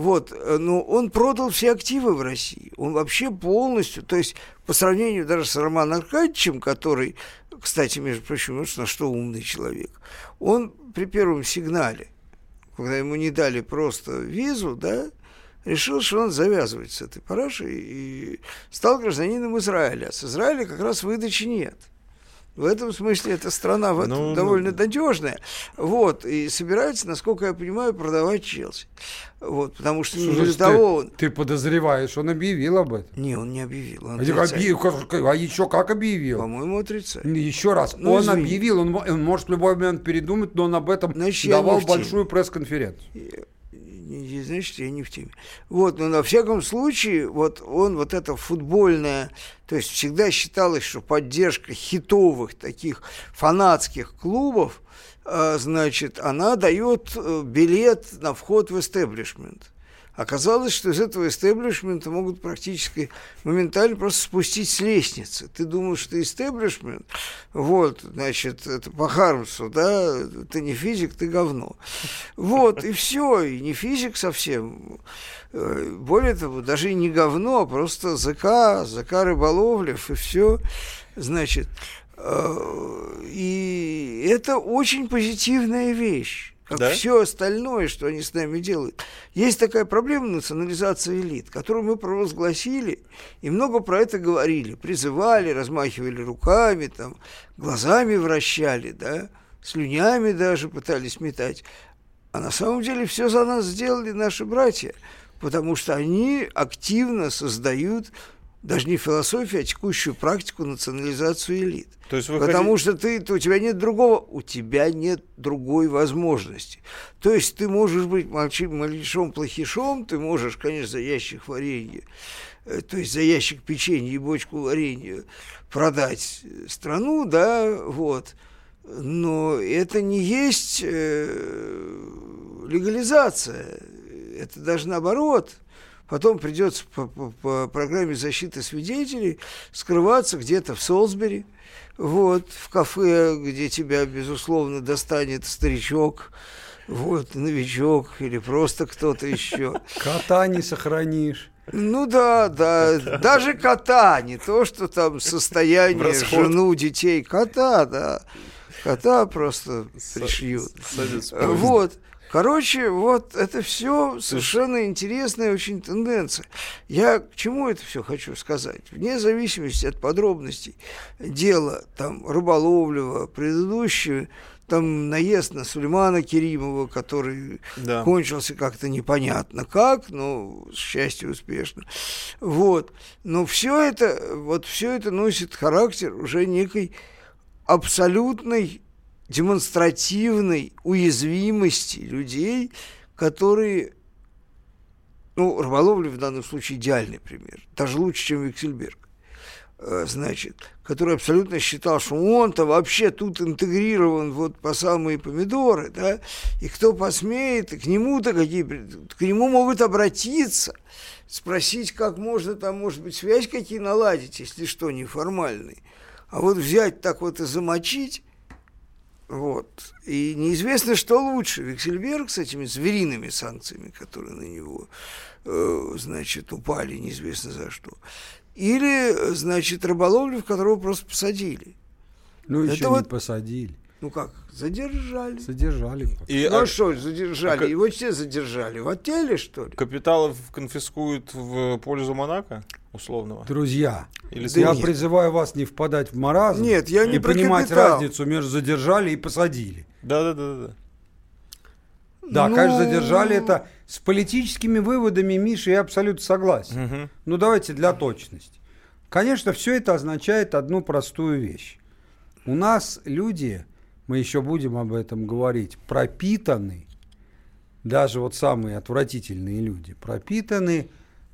Speaker 4: Но он продал все активы в России. Он вообще полностью, то есть по сравнению даже с Романом Аркадьевичем, который, кстати, между прочим, на что умный человек, он при первом сигнале, когда ему не дали просто визу, да, решил, что он завязывает с этой парашей и стал гражданином Израиля. А с Израиля как раз выдачи нет. В этом смысле эта страна довольно надежная. Вот, и собирается, насколько я понимаю, продавать Челси. Вот, потому что не для того...
Speaker 3: Ты подозреваешь, он объявил об этом?
Speaker 4: Не, он не объявил.
Speaker 3: А еще как объявил?
Speaker 4: По-моему, отрицает.
Speaker 3: Еще раз, он объявил, он может в любой момент передумать, но он об этом давал большую пресс-конференцию.
Speaker 4: Значит, я не в теме. Вот, но на всяком случае, вот он, вот это футбольное, то есть всегда считалось, что поддержка хитовых таких фанатских клубов, значит, она дает билет на вход в истеблишмент. Оказалось, что из этого истеблишмента могут практически моментально просто спустить с лестницы. Ты думаешь, что истеблишмент, вот, значит, это по Хармсу, да, ты не физик, ты говно. Вот, и все, и не физик совсем. Более того, даже и не говно, а просто ЗК Рыболовлев, и все, значит. И это очень позитивная вещь. Как все остальное, что они с нами делают. Есть такая проблема национализации элит, которую мы провозгласили и много про это говорили. Призывали, размахивали руками, там, глазами вращали, да, слюнями даже пытались метать. А на самом деле все за нас сделали наши братья, потому что они активно создают даже не философию, а текущую практику национализацию элит.
Speaker 2: То есть
Speaker 4: потому что у тебя нет другой возможности. То есть ты можешь быть малышом-плохишом, ты можешь, конечно, за ящик варенья, то есть за ящик печенья и бочку варенья продать страну, да, вот. Но это не есть легализация, это даже наоборот. Потом придется по программе защиты свидетелей скрываться где-то в Солсбери, вот, в кафе, где тебя, безусловно, достанет старичок, вот, новичок или просто кто-то еще.
Speaker 3: Кота не сохранишь.
Speaker 4: Ну да, даже кота, не то, что там состояние, жену, детей, кота просто пришьют. Вот. Короче, вот это все совершенно интересная очень тенденция. Я к чему это все хочу сказать? Вне зависимости от подробностей дела там Рыболовлева, предыдущего, там наезд на Сулеймана Керимова, который кончился как-то непонятно как, но, к счастью, успешно. Вот. Но все это носит характер уже некой абсолютной демонстративной уязвимости людей, которые, Рыболовлев в данном случае идеальный пример, даже лучше, чем Виксельберг, значит, который абсолютно считал, что он-то вообще тут интегрирован вот по самые помидоры, да, и кто посмеет, и к нему могут обратиться, спросить, как можно там, может быть, связь какие наладить, если что, неформальный, а вот взять так вот и замочить. Вот. И неизвестно, что лучше. Виксельберг с этими звериными санкциями, которые на него, значит, упали неизвестно за что. Или, значит, Рыболовлев, которого просто посадили.
Speaker 3: Еще не посадили.
Speaker 4: Как? Задержали.
Speaker 3: Задержали.
Speaker 4: Что задержали? Его все задержали. В отеле, что ли?
Speaker 2: Капиталов конфискуют в пользу Монако? Условного.
Speaker 3: Друзья, я призываю вас не впадать в маразм.
Speaker 4: Нет, я не
Speaker 3: и понимать разницу между задержали и посадили.
Speaker 2: Да.
Speaker 3: Да, конечно, задержали это с политическими выводами, Миша, я абсолютно согласен. Ну, давайте для точности. Конечно, все это означает одну простую вещь. У нас люди, мы еще будем об этом говорить, пропитаны, даже вот самые отвратительные люди, пропитаны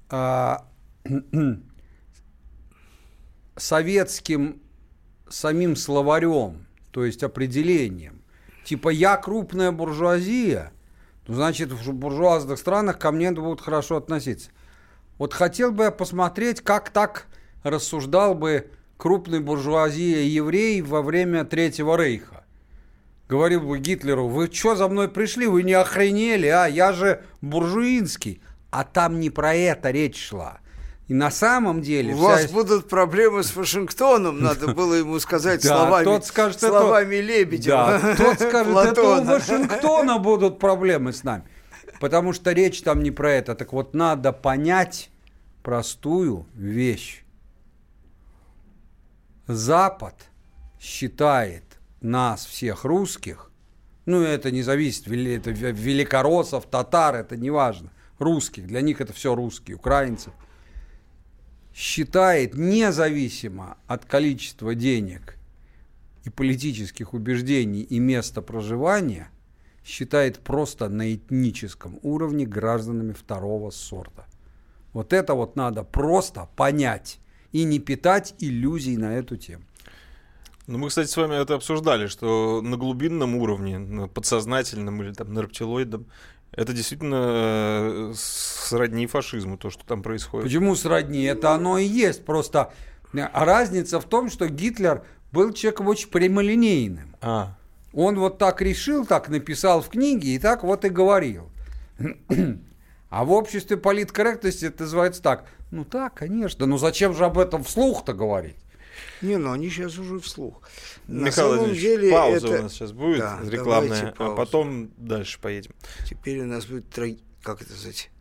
Speaker 3: советским самим словарем, то есть определением. Типа я крупная буржуазия, значит в буржуазных странах ко мне будут хорошо относиться. Вот хотел бы я посмотреть, как так рассуждал бы крупной буржуазия еврей во время Третьего Рейха. Говорил бы Гитлеру: вы что за мной пришли, вы не охренели, я же буржуинский. А там не про это речь шла. И на самом деле...
Speaker 4: У вас будут проблемы с Вашингтоном, надо было ему сказать словами Лебедева.
Speaker 3: Да, тот скажет, это у Вашингтона будут проблемы с нами. Потому что речь там не про это. Так вот, надо понять простую вещь. Запад считает нас всех русских, ну это не зависит, это великороссов, татар, это не важно, русских, для них это все русские, украинцев, считает независимо от количества денег и политических убеждений и места проживания, считает просто на этническом уровне гражданами второго сорта. Вот это вот надо просто понять и не питать иллюзий на эту тему.
Speaker 2: Ну, мы, кстати, с вами это обсуждали, что на глубинном уровне, на подсознательном или там на рептилоидном, это действительно сродни фашизму, то, что там происходит.
Speaker 3: Почему сродни? Это оно и есть. Просто разница в том, что Гитлер был человеком очень прямолинейным. Он вот так решил, так написал в книге и так вот и говорил. А в обществе политкорректности это называется так. Ну так, конечно. Но зачем же об этом вслух-то говорить?
Speaker 4: Не, ну они сейчас уже вслух.
Speaker 2: Михаил Владимирович, пауза у нас сейчас будет, да, рекламная, а потом дальше поедем.
Speaker 4: Теперь у нас будет, как это сказать,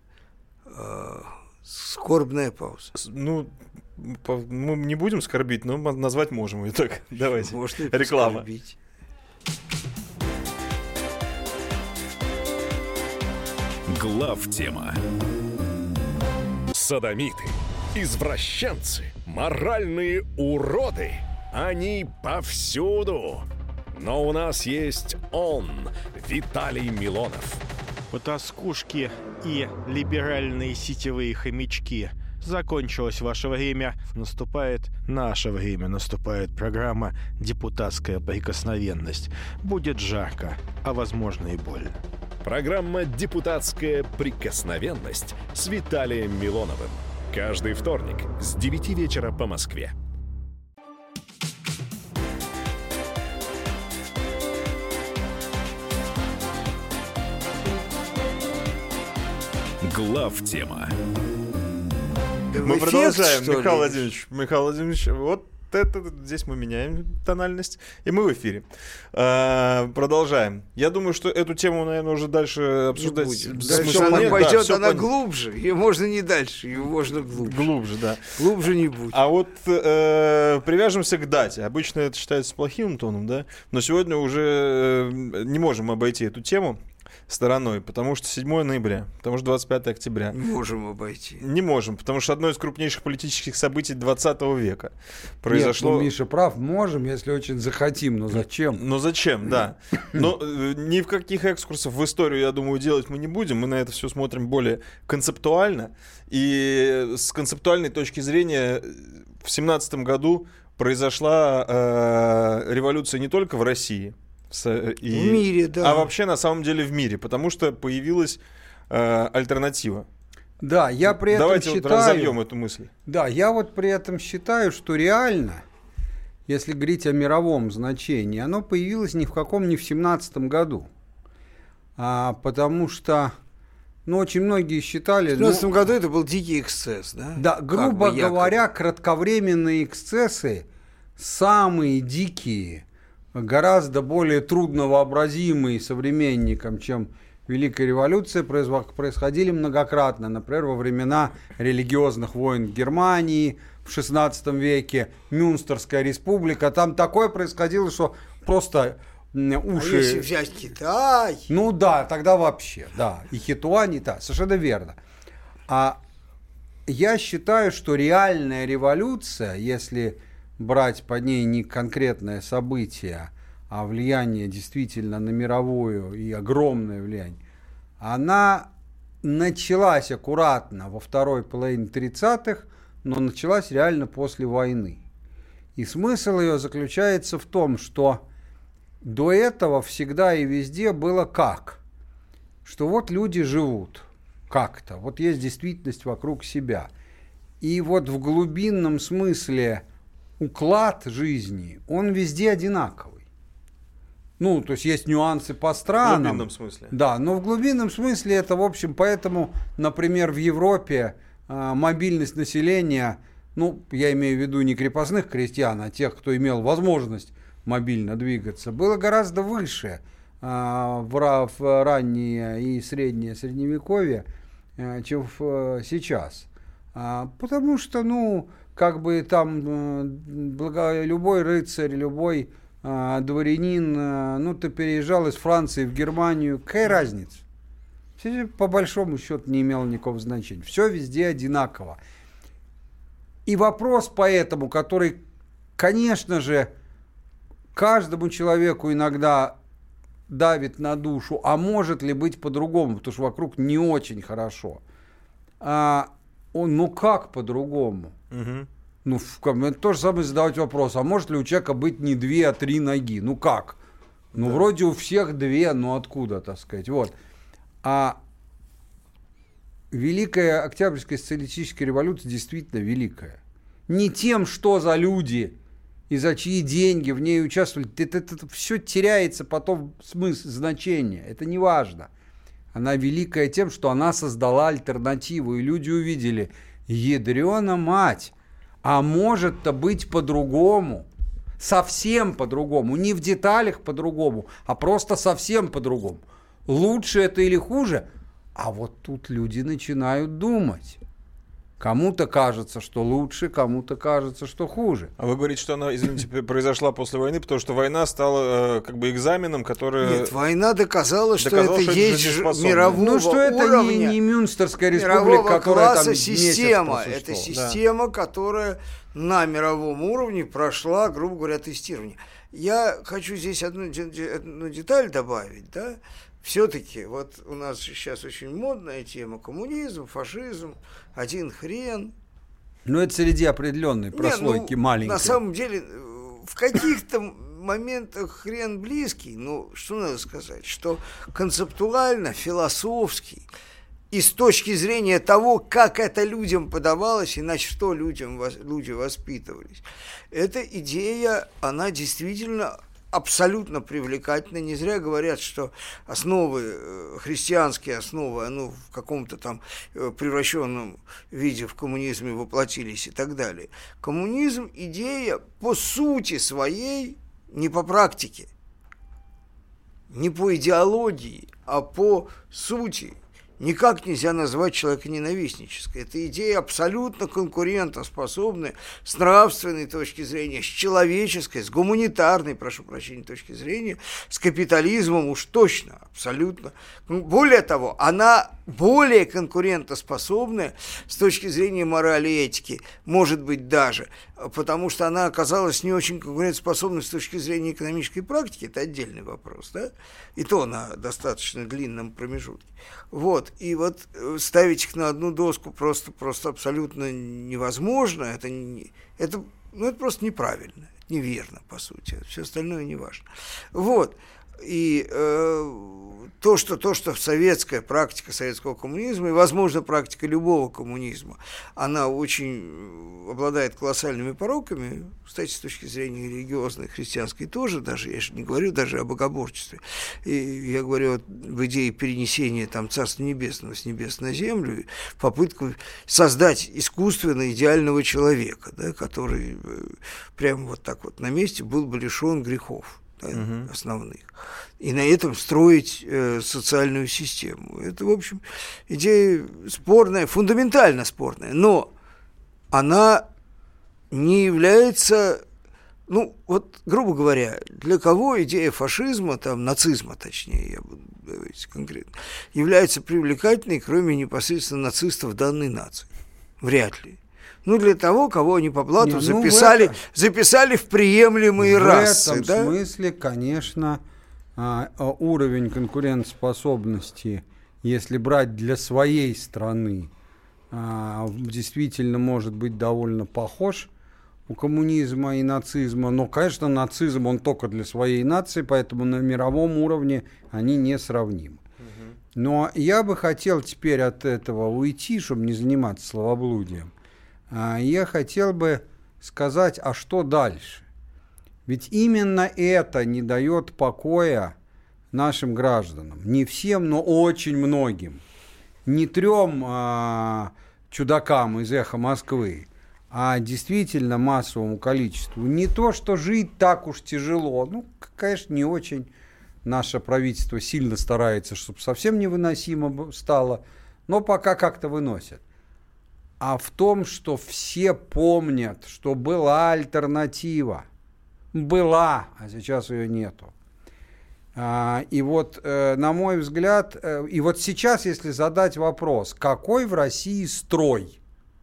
Speaker 4: скорбная пауза.
Speaker 2: Ну, мы не будем скорбить, но назвать можем ее так. Давайте,
Speaker 4: можно
Speaker 2: реклама.
Speaker 4: Скорбить.
Speaker 1: Главтема.
Speaker 10: Содомиты, извращенцы, моральные уроды. Они повсюду. Но у нас есть он, Виталий Милонов.
Speaker 11: Потаскушки и либеральные сетевые хомячки. Закончилось ваше время, наступает наше время, наступает программа «Депутатская прикосновенность». Будет жарко, а возможно и больно.
Speaker 10: Программа «Депутатская прикосновенность» с Виталием Милоновым. Каждый вторник с 9 вечера по Москве.
Speaker 1: Главтема.
Speaker 2: Мы продолжаем, Михаил Владимирович, вот это, здесь мы меняем тональность, и мы в эфире. Продолжаем. Я думаю, что эту тему, наверное, уже дальше обсуждать.
Speaker 4: Дальше она пойдет, да, она глубже. Ее можно не дальше, ее можно глубже.
Speaker 2: Глубже, да.
Speaker 4: Глубже не будет.
Speaker 2: А вот привяжемся к дате. Обычно это считается плохим тоном, да? Но сегодня уже не можем обойти эту тему стороной, потому что 7 ноября, потому что 25 октября.
Speaker 4: Не можем обойти.
Speaker 2: Не можем, потому что одно из крупнейших политических событий 20 века произошло.
Speaker 3: Нет, ну, Миша прав, можем, если очень захотим, но зачем?
Speaker 2: Но зачем, да. Но ни в каких экскурсов в историю, я думаю, делать мы не будем. Мы на это все смотрим более концептуально. И с концептуальной точки зрения в 17 году произошла революция не только в России,
Speaker 4: в мире, да.
Speaker 2: А вообще на самом деле в мире, потому что появилась альтернатива.
Speaker 3: Да, я при этом
Speaker 2: Давайте
Speaker 3: считаю...
Speaker 2: вот разовьем эту мысль.
Speaker 3: Да, я вот при этом считаю, что реально, если говорить о мировом значении, оно появилось ни в 17 году. Потому что, очень многие считали...
Speaker 4: В 17 году это был дикий эксцесс, да?
Speaker 3: Да, грубо говоря, кратковременные эксцессы, самые дикие, гораздо более трудновообразимые современникам, чем Великая революция, происходили многократно. Например, во времена религиозных войн в Германии в XVI веке, Мюнстерская республика. Там такое происходило, что просто уши...
Speaker 4: А если взять Китай?
Speaker 3: Ну да, тогда вообще, да. И Хитуань, и да, совершенно верно. А я считаю, что реальная революция, если брать по ней не конкретное событие, а влияние действительно на мировую и огромное влияние, она началась аккуратно во второй половине 30-х, но началась реально после войны. И смысл ее заключается в том, что до этого всегда и везде было как? Что вот люди живут как-то, вот есть действительность вокруг себя. И вот в глубинном смысле уклад жизни, он везде одинаковый. То есть есть нюансы по странам.
Speaker 2: В глубинном смысле.
Speaker 3: Да, но в глубинном смысле это, в общем, поэтому, например, в Европе мобильность населения, я имею в виду не крепостных крестьян, а тех, кто имел возможность мобильно двигаться, было гораздо выше в раннее и среднее средневековье, чем сейчас. Потому что, как бы там любой рыцарь, любой дворянин, ну, ты переезжал из Франции в Германию, какая разница? По большому счету не имело никакого значения. Все везде одинаково. И вопрос поэтому, который, конечно же, каждому человеку иногда давит на душу, а может ли быть по-другому, потому что вокруг не очень хорошо. Ну как по-другому? Ну, это то же самое задавать вопрос, а может ли у человека быть не 2, а 3 ноги? Ну как? Ну, вроде у всех 2, но откуда, так сказать? Вот. А Великая Октябрьская социалистическая революция действительно великая. Не тем, что за люди и за чьи деньги в ней участвовали. Это все теряется потом смысл, значение. Это не важно. Она великая тем, что она создала альтернативу. И люди увидели, ядрена мать, а может-то быть по-другому. Совсем по-другому. Не в деталях по-другому, а просто совсем по-другому. Лучше это или хуже? А вот тут люди начинают думать. Кому-то кажется, что лучше, кому-то кажется, что хуже.
Speaker 2: А вы говорите, что она, извините, произошла после войны, потому что война стала как бы экзаменом, который...
Speaker 4: Нет, война доказала, что это есть мирового уровня.
Speaker 3: Ну, что это не Мюнстерская республика, которая там
Speaker 4: система. Это система, которая на мировом уровне прошла, грубо говоря, тестирование. Я хочу здесь одну деталь добавить, да. Все-таки вот у нас сейчас очень модная тема: коммунизм, фашизм, один хрен.
Speaker 3: Ну, это среди определенной прослойки маленькой.
Speaker 4: На самом деле, в каких-то моментах хрен близкий, ну, что надо сказать, что концептуально, философский, и с точки зрения того, как это людям подавалось и на что люди воспитывались, эта идея, она действительно абсолютно привлекательно. Не зря говорят, что основы, христианские основы, в каком-то там превращенном виде в коммунизме воплотились и так далее. Коммунизм – идея по сути своей, не по практике, не по идеологии, а по сути. Никак нельзя назвать человека ненавистнической. Это идея абсолютно конкурентоспособная с нравственной точки зрения, с человеческой, с гуманитарной, прошу прощения, точки зрения, с капитализмом уж точно, абсолютно. Более того, она более конкурентоспособная с точки зрения морали и этики, может быть даже, потому что она оказалась не очень конкурентоспособной с точки зрения экономической практики, это отдельный вопрос, да, и то на достаточно длинном промежутке. Вот, и вот ставить их на одну доску просто абсолютно невозможно, это просто неправильно, неверно, по сути, все остальное не важно. Вот, и то, что советская практика советского коммунизма, и, возможно, практика любого коммунизма, она очень обладает колоссальными пороками, кстати, с точки зрения религиозной, христианской тоже, даже, я же не говорю даже о богоборчестве, и я говорю об идее перенесения там Царства Небесного с небес на землю, попытку создать искусственно идеального человека, да, который прямо вот так вот на месте был бы лишен грехов. Основных. И на этом строить социальную систему. Это, в общем, идея спорная, фундаментально спорная, но она не является, грубо говоря, для кого идея фашизма, нацизма, точнее, я буду говорить конкретно, является привлекательной, кроме непосредственно нацистов данной нации? Вряд ли. Для того, кого они по блату записали в приемлемые расы.
Speaker 3: В этом смысле, конечно, уровень конкурентоспособности, если брать для своей страны, действительно может быть довольно похож у коммунизма и нацизма. Но, конечно, нацизм, он только для своей нации, поэтому на мировом уровне они несравнимы. Но я бы хотел теперь от этого уйти, чтобы не заниматься словоблудием. Я хотел бы сказать, а что дальше? Ведь именно это не дает покоя нашим гражданам. Не всем, но очень многим. Не 3 чудакам из «Эхо Москвы», а действительно массовому количеству. Не то, что жить так уж тяжело. Конечно, не очень. Наше правительство сильно старается, чтобы совсем невыносимо стало, но пока как-то выносят. а в том, что все помнят, что была альтернатива. Была, а сейчас ее нету. И вот, на мой взгляд, и вот сейчас, если задать вопрос, какой в России строй?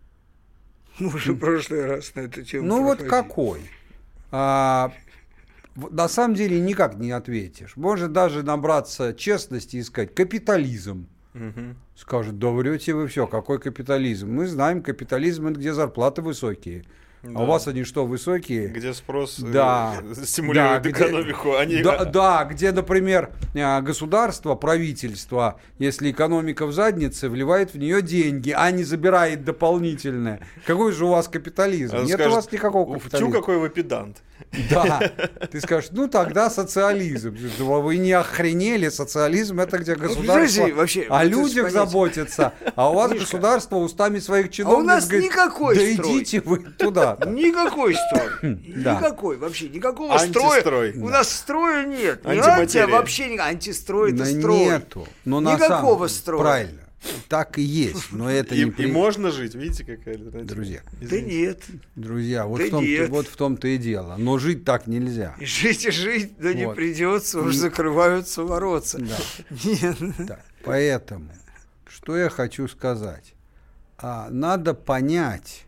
Speaker 4: Мы уже в прошлый раз на эту тему
Speaker 3: вот какой? На самом деле никак не ответишь. Можно даже набраться честности и сказать капитализм. Скажут, да врете вы все, какой капитализм? Мы знаем, капитализм это где зарплаты высокие. Да. А у вас они что, высокие?
Speaker 2: Где спрос стимулирует экономику.
Speaker 3: Где, например, государство, правительство, если экономика в заднице, вливает в нее деньги, а не забирает дополнительное. Какой же у вас капитализм? Нет у вас никакого капитализма.
Speaker 2: Какой вы педант.
Speaker 3: Да, ты скажешь, тогда социализм. Вы не охренели, социализм это где государство о людях заботится, а у вас государство устами своих чиновников.
Speaker 4: А у нас никакой строй.
Speaker 3: Да идите вы туда.
Speaker 4: Никакой строй. Никакой, вообще, никакого строя. У нас строя нет. Вообще антистрой это строй.
Speaker 3: Нету.
Speaker 4: Никакого строя.
Speaker 3: Правильно. Так и есть, но это
Speaker 2: и можно жить, видите, какая
Speaker 3: друзья.
Speaker 4: Да нет.
Speaker 3: Друзья, вот в том-то и дело. Но жить так нельзя.
Speaker 4: И жить, да не придется, уж закрываются воротца.
Speaker 3: Да. Нет. Да. Поэтому, что я хочу сказать. Надо понять,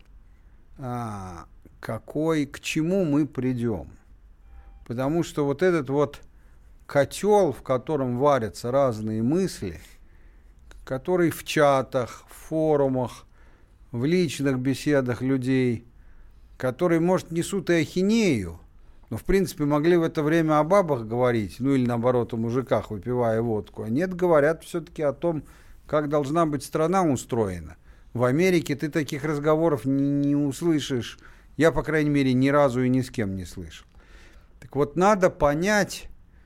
Speaker 3: к чему мы придем. Потому что вот этот вот котел, в котором варятся разные мысли, который в чатах, в форумах, в личных беседах людей, которые, может, несут и ахинею, но, в принципе, могли в это время о бабах говорить, или, наоборот, о мужиках, выпивая водку. А нет, говорят все-таки о том, как должна быть страна устроена. В Америке ты таких разговоров не услышишь. Я, по крайней мере, ни разу и ни с кем не слышал. Так вот, надо понять,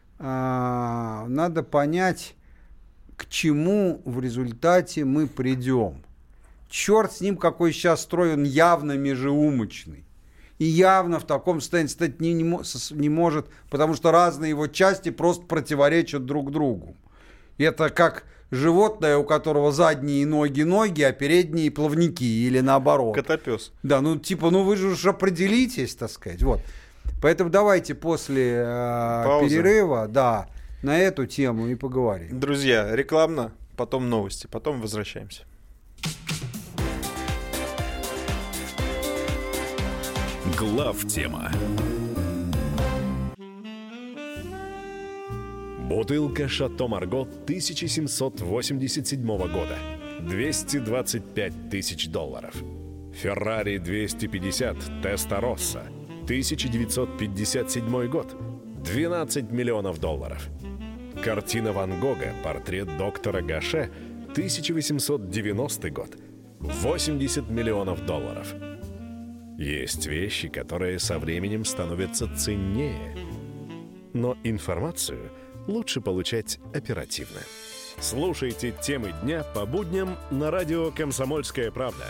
Speaker 3: к чему в результате мы придем. Черт с ним, какой сейчас строй, он явно межеумочный. И явно в таком состоянии стать не может, потому что разные его части просто противоречат друг другу. Это как животное, у которого задние ноги, а передние плавники, или наоборот.
Speaker 2: Котопес.
Speaker 3: Да, вы же уж определитесь, так сказать. Вот. Поэтому давайте после перерыва, на эту тему и поговорим.
Speaker 2: Друзья, рекламно, потом новости, потом возвращаемся.
Speaker 1: Главтема.
Speaker 10: Бутылка «Шато Марго» 1787 года. $225 тысяч. Феррари 250 Теста-Росса. 1957 год. $12 миллионов. Картина Ван Гога «Портрет доктора Гаше», 1890 год. $80 миллионов. Есть вещи, которые со временем становятся ценнее. Но информацию лучше получать оперативно. Слушайте темы дня по будням на радио «Комсомольская правда».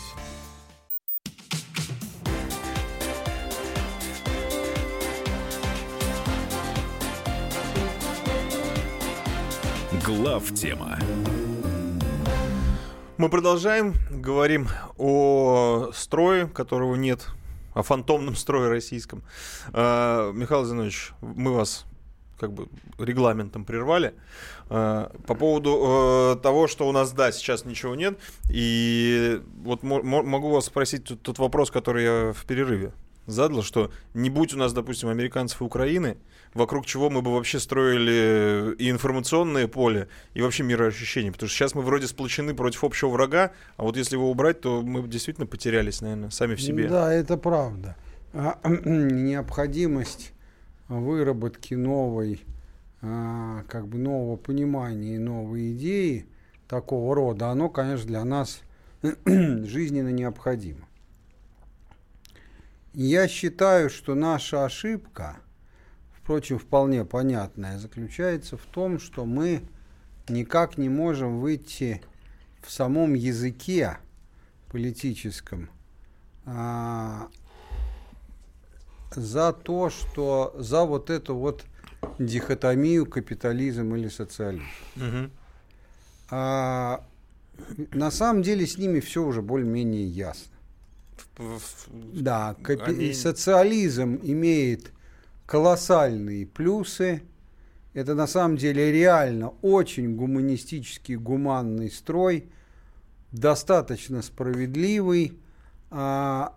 Speaker 1: Главтема.
Speaker 2: Мы продолжаем, говорим о строе, которого нет, о фантомном строе российском. Михаил Зинович, мы вас регламентом прервали. По поводу того, что у нас, сейчас ничего нет. И вот могу вас спросить тот вопрос, который я в перерыве задал, что не будь у нас, допустим, американцев и Украины, вокруг чего мы бы вообще строили и информационное поле, и вообще мироощущение. Потому что сейчас мы вроде сплочены против общего врага, а вот если его убрать, то мы действительно потерялись, наверное, сами в себе.
Speaker 3: Да, это правда. Необходимость выработки нового понимания и новой идеи такого рода, оно, конечно, для нас жизненно необходимо. Я считаю, что наша ошибка, впрочем, вполне понятная, заключается в том, что мы никак не можем выйти в самом языке политическом за вот эту вот дихотомию капитализм или социализм. На самом деле с ними все уже более-менее ясно. Да, социализм имеет колоссальные плюсы. Это на самом деле реально очень гуманистический, гуманный строй, достаточно справедливый. Но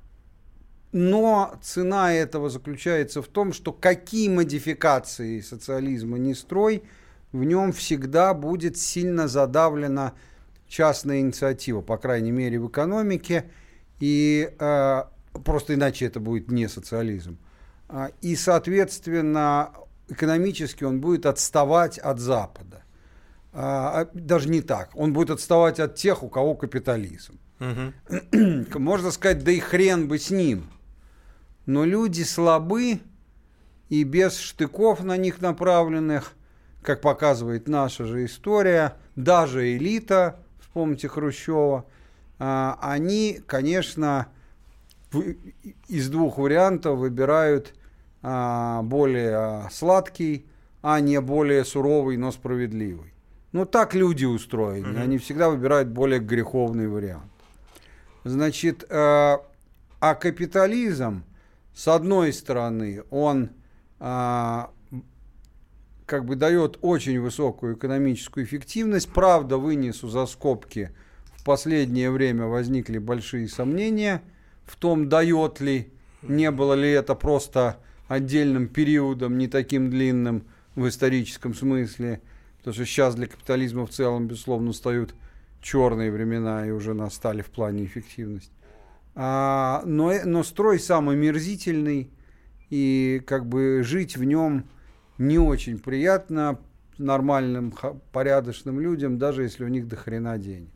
Speaker 3: цена этого заключается в том, что какие модификации социализма ни строй, в нем всегда будет сильно задавлена частная инициатива, по крайней мере в экономике, и просто иначе это будет не социализм. И, соответственно, экономически он будет отставать от Запада. Даже не так, он будет отставать от тех, у кого капитализм. Можно сказать, да и хрен бы с ним. Но люди слабы, и без штыков на них направленных, как показывает наша же история, даже элита, вспомните Хрущева, они, конечно, из двух вариантов выбирают более сладкий, а не более суровый, но справедливый. Ну, так люди устроены, они всегда выбирают более греховный вариант. Значит, а капитализм, с одной стороны, он как бы дает очень высокую экономическую эффективность. Правда, вынесу за скобки, в последнее время возникли большие сомнения в том, дает ли, не было ли это просто отдельным периодом, не таким длинным в историческом смысле. Потому что сейчас для капитализма в целом, безусловно, настают черные времена и уже настали в плане эффективности. Но строй сам омерзительный, и как бы жить в нем не очень приятно нормальным, порядочным людям, даже если у них до хрена денег.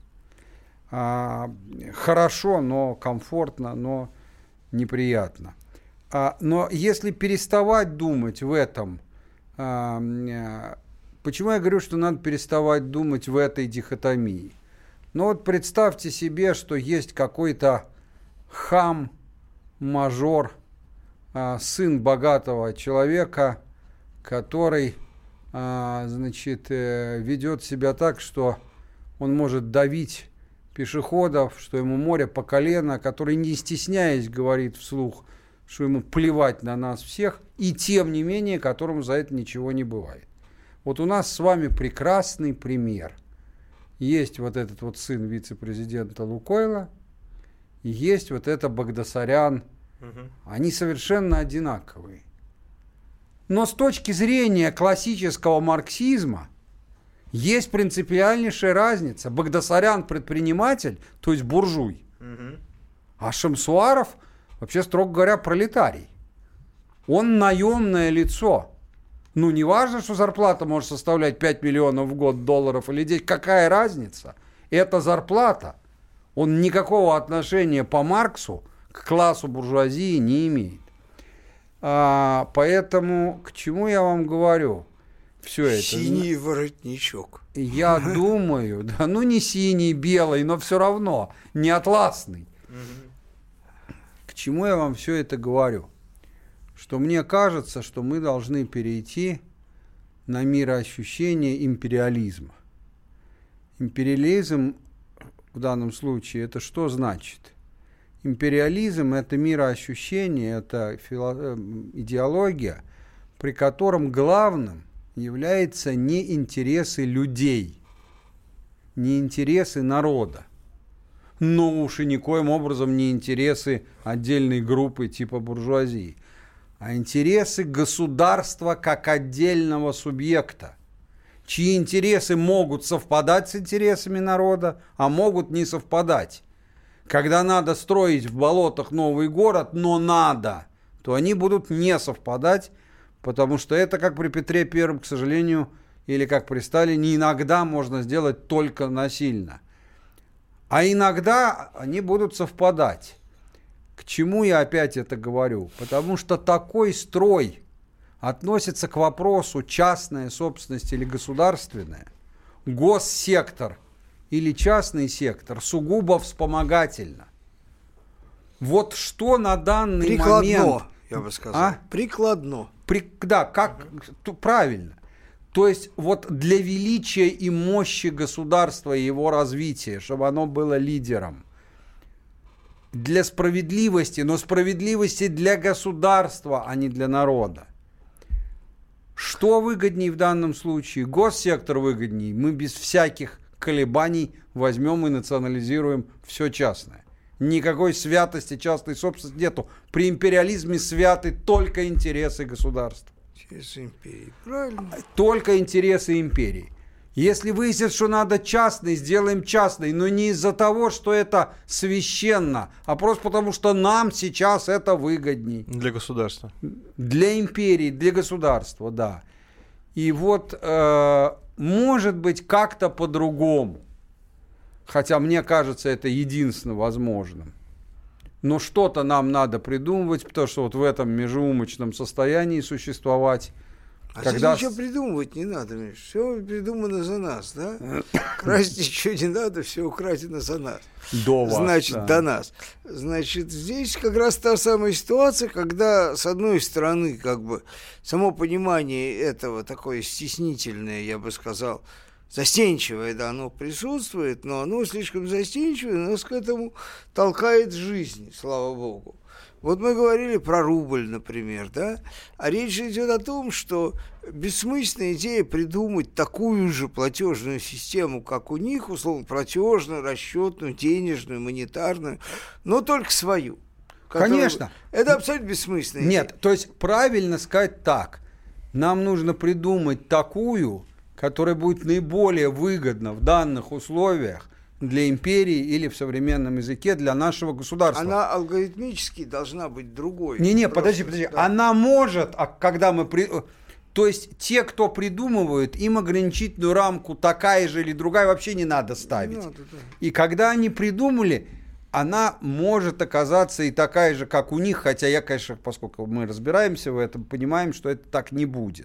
Speaker 3: Хорошо, но комфортно, но неприятно. Но если переставать думать в этом, почему я говорю, что надо переставать думать в этой дихотомии? Ну вот представьте себе, что есть какой-то хам, мажор, сын богатого человека, который, значит, ведет себя так, что он может давить пешеходов, что ему море по колено, который, не стесняясь, говорит вслух, что ему плевать на нас всех, и тем не менее, которому за это ничего не бывает. Вот у нас с вами прекрасный пример. Есть вот этот вот сын вице-президента Лукойла, и есть вот это Багдасарян. Они совершенно одинаковые. Но с точки зрения классического марксизма есть принципиальнейшая разница. Багдасарян предприниматель, то есть буржуй, а Шамсуаров, вообще, строго говоря, пролетарий. Он наемное лицо. Ну, не важно, что зарплата может составлять 5 миллионов в год долларов или 10. Какая разница? Это зарплата. Он никакого отношения по Марксу к классу буржуазии не имеет. Поэтому к чему я вам говорю все это?
Speaker 4: Синий воротничок.
Speaker 3: Я думаю, да, ну не синий, белый, но все равно не атласный. К чему я вам все это говорю? Что мне кажется, что мы должны перейти на мироощущение империализма. Империализм в данном случае это что значит? Империализм – это мироощущение, это идеология, при котором главным являются не интересы людей, не интересы народа, но уж и никоим образом не интересы отдельной группы типа буржуазии, а интересы государства как отдельного субъекта, чьи интересы могут совпадать с интересами народа, а могут не совпадать. Когда надо строить в болотах новый город, но надо, то они будут не совпадать, потому что это, как при Петре Первом, к сожалению, или как при Сталине, иногда можно сделать только насильно. А иногда они будут совпадать. К чему я опять это говорю? Потому что такой строй относится к вопросу частная собственность или государственная, госсектор или частный сектор сугубо вспомогательно. Вот что на данный момент...
Speaker 4: Я бы сказал. Прикладно.
Speaker 3: Да, как правильно. То есть вот для величия и мощи государства и его развития, чтобы оно было лидером, для справедливости, но справедливости для государства, а не для народа. Что выгоднее в данном случае? Госсектор выгоднее. Мы без всяких колебаний возьмем и национализируем все частное. Никакой святости частной собственности нету. При империализме святы только интересы государства.
Speaker 4: Интересы империи. Правильно.
Speaker 3: Только интересы империи. Если выяснится, что надо частный, сделаем частный, но не из-за того, что это священно, а просто потому, что нам сейчас это выгодней.
Speaker 2: Для государства.
Speaker 3: Для империи, для государства, да. И вот, может быть, как-то по-другому. Хотя мне кажется, это единственно возможным. Но что-то нам надо придумывать, потому что вот в этом межеумочном состоянии существовать.
Speaker 4: А когда... здесь ничего придумывать не надо, Миш. Все придумано за нас, да? Красть ничего не надо, все украдено за нас.
Speaker 3: До вас,
Speaker 4: значит,
Speaker 3: да.
Speaker 4: До нас. Значит, здесь как раз та самая ситуация, когда, с одной стороны, как бы, само понимание этого такое стеснительное, я бы сказал, застенчивое, да, оно присутствует, но оно слишком застенчивое, нас к этому толкает жизнь, слава богу. Вот мы говорили про рубль, например, да, а речь идет о том, что бессмысленная идея придумать такую же платежную систему, как у них, условно, платежную, расчетную, денежную, монетарную, но только свою.
Speaker 3: Конечно.
Speaker 4: Это абсолютно бессмысленно.
Speaker 3: Нет, то есть правильно сказать так. Нам нужно придумать такую, которая будет наиболее выгодна в данных условиях для империи или в современном языке для нашего государства.
Speaker 4: Она алгоритмически должна быть другой.
Speaker 3: Не, подожди. Да. Она может, когда мы... То есть те, кто придумывают, им ограничительную рамку такая же или другая вообще не надо ставить. Не надо, да. И когда они придумали, она может оказаться и такая же, как у них, хотя я, конечно, поскольку мы разбираемся в этом, понимаем, что это так не будет.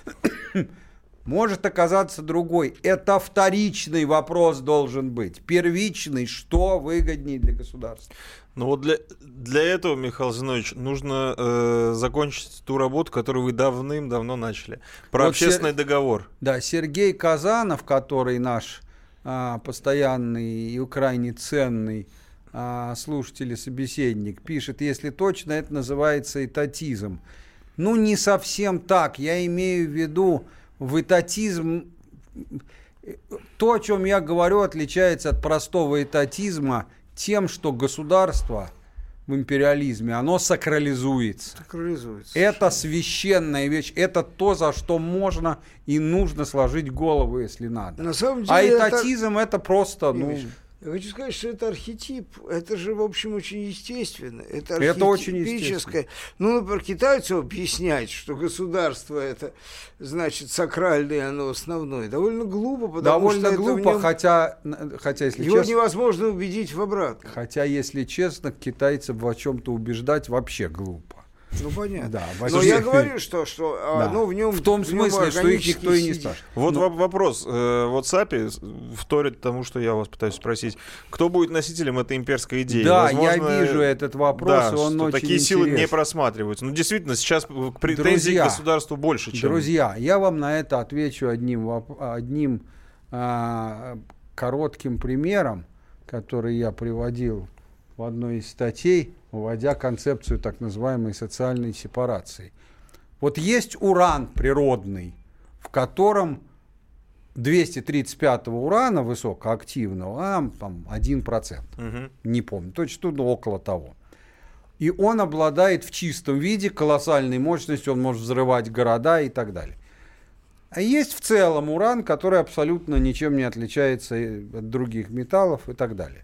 Speaker 3: Может оказаться другой. Это вторичный вопрос должен быть. Первичный, что выгоднее для государства.
Speaker 2: Ну вот для этого, Михаил Зинович, нужно закончить ту работу, которую вы давным-давно начали. Про вот общественный договор.
Speaker 3: Да, Сергей Казанов, который наш постоянный и крайне ценный слушатель и собеседник, пишет, если точно, это называется этатизм. Ну, не совсем так. Я имею в виду, в этатизм, то, о чем я говорю, отличается от простого этатизма тем, что государство в империализме, оно сакрализуется. Это священная вещь, это то, за что можно и нужно сложить голову, если надо.
Speaker 4: На самом деле,
Speaker 3: а этатизм это просто...
Speaker 4: Я хочу сказать, что это архетип, это же, в общем, очень естественно. Это очень естественно. Ну, например, китайцу объяснять, что государство это, значит, сакральное, оно основное, довольно глупо, потому что
Speaker 3: глупо, хотя если
Speaker 4: его
Speaker 3: честно...
Speaker 4: невозможно убедить в обратном.
Speaker 3: Хотя, если честно, китайцев в чем-то убеждать вообще глупо.
Speaker 4: Ну, понятно.
Speaker 3: Да,
Speaker 4: но я говорю, что
Speaker 3: да.
Speaker 4: оно в нем...
Speaker 3: В том смысле, что их никто и не спрашивает.
Speaker 2: Вот вопрос. Вот САПИ вторит тому, что я вас пытаюсь спросить. Кто будет носителем этой имперской идеи?
Speaker 3: Да,
Speaker 2: возможно,
Speaker 3: я вижу этот вопрос,
Speaker 2: да,
Speaker 3: и он очень
Speaker 2: такие
Speaker 3: интересен.
Speaker 2: силы не просматриваются. Ну, действительно, сейчас претензий к государству больше, чем...
Speaker 3: Друзья, я вам на это отвечу одним коротким примером, который я приводил в одной из статей, вводя концепцию так называемой социальной сепарации. Вот есть уран природный, в котором 235-го урана высокоактивного, там 1%, не помню, точно, но около того. И он обладает в чистом виде колоссальной мощностью, он может взрывать города и так далее. А есть в целом уран, который абсолютно ничем не отличается от других металлов и так далее.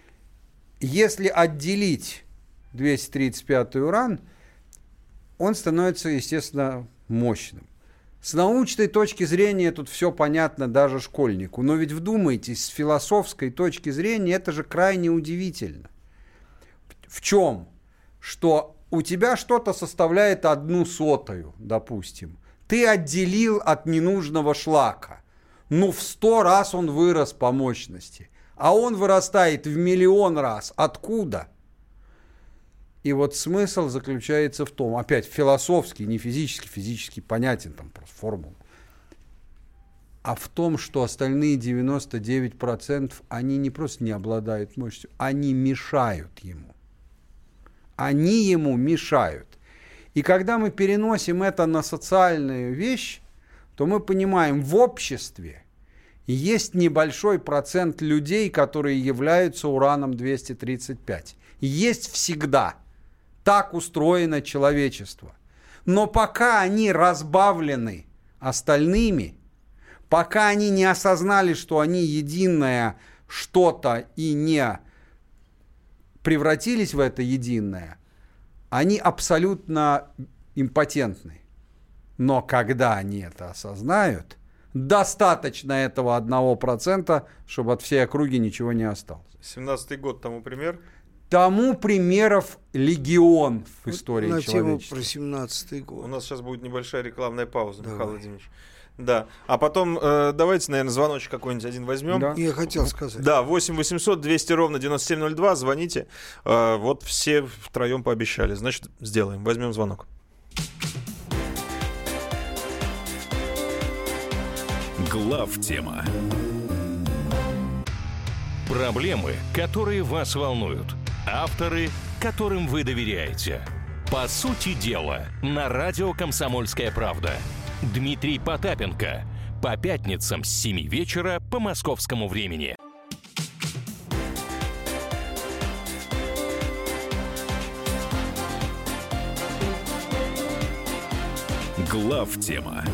Speaker 3: Если отделить 235-й уран, он становится, естественно, мощным. С научной точки зрения тут все понятно даже школьнику, но ведь вдумайтесь, с философской точки зрения это же крайне удивительно. В чем? Что у тебя что-то составляет 1/100, допустим. Ты отделил от ненужного шлака. Ну, в 100 раз он вырос по мощности. А он вырастает в 1 000 000 раз. Откуда? И вот смысл заключается в том, опять философский, не физический, физически понятен, там просто формула. а в том, что остальные 99% они не просто не обладают мощью, они мешают ему. Они ему мешают. И когда мы переносим это на социальную вещь, то мы понимаем, в обществе есть небольшой процент людей, которые являются ураном-235. Есть всегда. Так устроено человечество. Но пока они разбавлены остальными, пока они не осознали, что они единое что-то и не превратились в это единое, они абсолютно импотентны. Но когда они это осознают, достаточно этого 1%, чтобы от всей округи ничего не осталось.
Speaker 2: 17-й год тому пример?
Speaker 3: Тому примеров легион в истории
Speaker 4: на
Speaker 3: человечества.
Speaker 4: На тему про 17-й год.
Speaker 2: У нас сейчас будет небольшая рекламная пауза, Михаил Владимирович. Да. А потом давайте, наверное, звоночек какой-нибудь один возьмем.
Speaker 4: Да. Я хотел сказать.
Speaker 2: Да, 8 800 200 ровно 9702. Звоните. Вот все втроем пообещали. Значит, сделаем. Возьмем звонок.
Speaker 1: Главтема.
Speaker 9: Проблемы, которые вас волнуют. Авторы, которым вы доверяете. По сути дела, на радио «Комсомольская правда». Дмитрий Потапенко. По пятницам с 7 вечера по московскому времени.
Speaker 1: Главтема.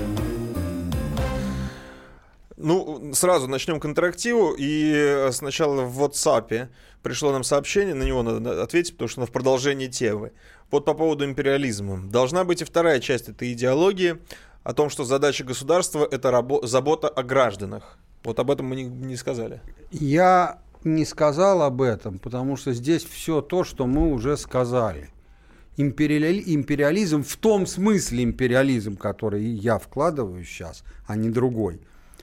Speaker 2: Ну, сразу начнем к интерактиву. И сначала в WhatsApp пришло нам сообщение, на него надо ответить, потому что оно в продолжении темы. Вот по поводу империализма. Должна быть и вторая часть этой идеологии о том, что задача государства — это забота о гражданах. Вот об этом мы не сказали.
Speaker 3: Я не сказал об этом, потому что здесь все то, что мы уже сказали. Империализм в том смысле империализм, который я вкладываю сейчас, а не другой,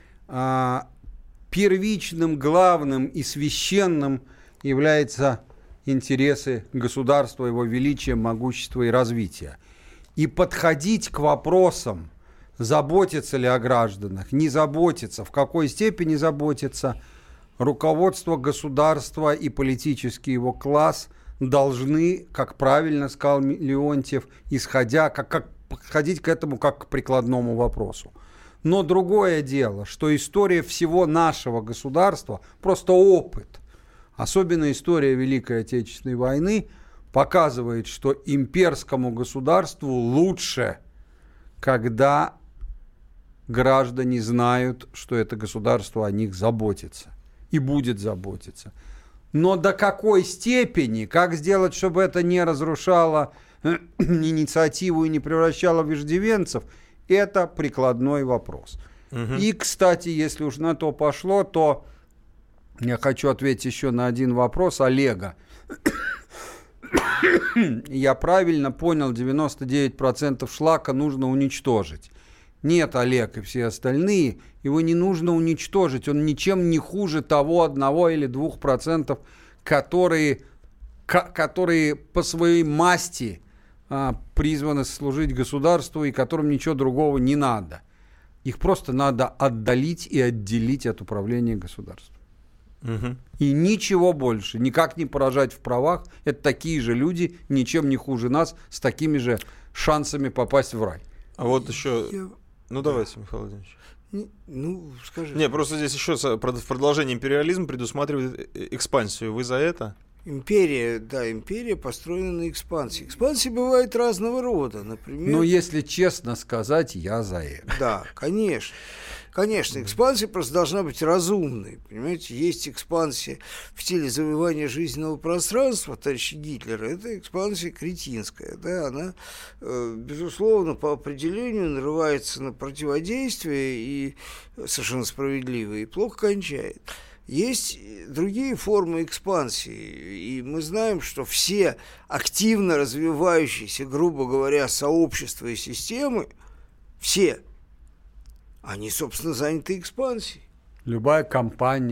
Speaker 3: первичным, главным и священным являются интересы государства, его величия, могущества и развития. И подходить к вопросам, заботиться ли о гражданах, не заботиться, в какой степени заботиться, руководство государства и политический его класс должны, как правильно сказал Леонтьев, подходить к этому как к прикладному вопросу. Но другое дело, что история всего нашего государства, просто опыт, особенно история Великой Отечественной войны, показывает, что имперскому государству лучше, когда граждане знают, что это государство о них заботится и будет заботиться. Но до какой степени, как сделать, чтобы это не разрушало инициативу и не превращало в иждивенцев, это прикладной вопрос. Угу. И, кстати, если уж на то пошло, то я хочу ответить еще на один вопрос Олега. Я правильно понял, 99% шлака нужно уничтожить. Нет, Олег и все остальные, его не нужно уничтожить. Он ничем не хуже того 1 или 2%, которые по своей масти призваны служить государству и которым ничего другого не надо. Их просто надо отдалить и отделить от управления государством. Угу. И ничего больше, никак не поражать в правах. Это такие же люди, ничем не хуже нас, с такими же шансами попасть в рай.
Speaker 2: А вот еще... Ну, давайте, Михаил Владимирович.
Speaker 4: Ну, скажи.
Speaker 2: Не, просто здесь еще в продолжении империализм предусматривает экспансию. Вы за это?
Speaker 4: Империя построена на экспансии. Экспансии бывают разного рода, например...
Speaker 3: Ну, если честно сказать, я за это.
Speaker 4: Да, конечно. Конечно, экспансия просто должна быть разумной. Понимаете, есть экспансия в стиле завоевания жизненного пространства товарища Гитлера. Это экспансия кретинская. Да? Она, безусловно, по определению нарывается на противодействие и совершенно справедливо, и плохо кончает. Есть другие формы экспансии, и мы знаем, что все активно развивающиеся, грубо говоря, сообщества и системы, все, они, собственно, заняты экспансией.
Speaker 3: Любая компания,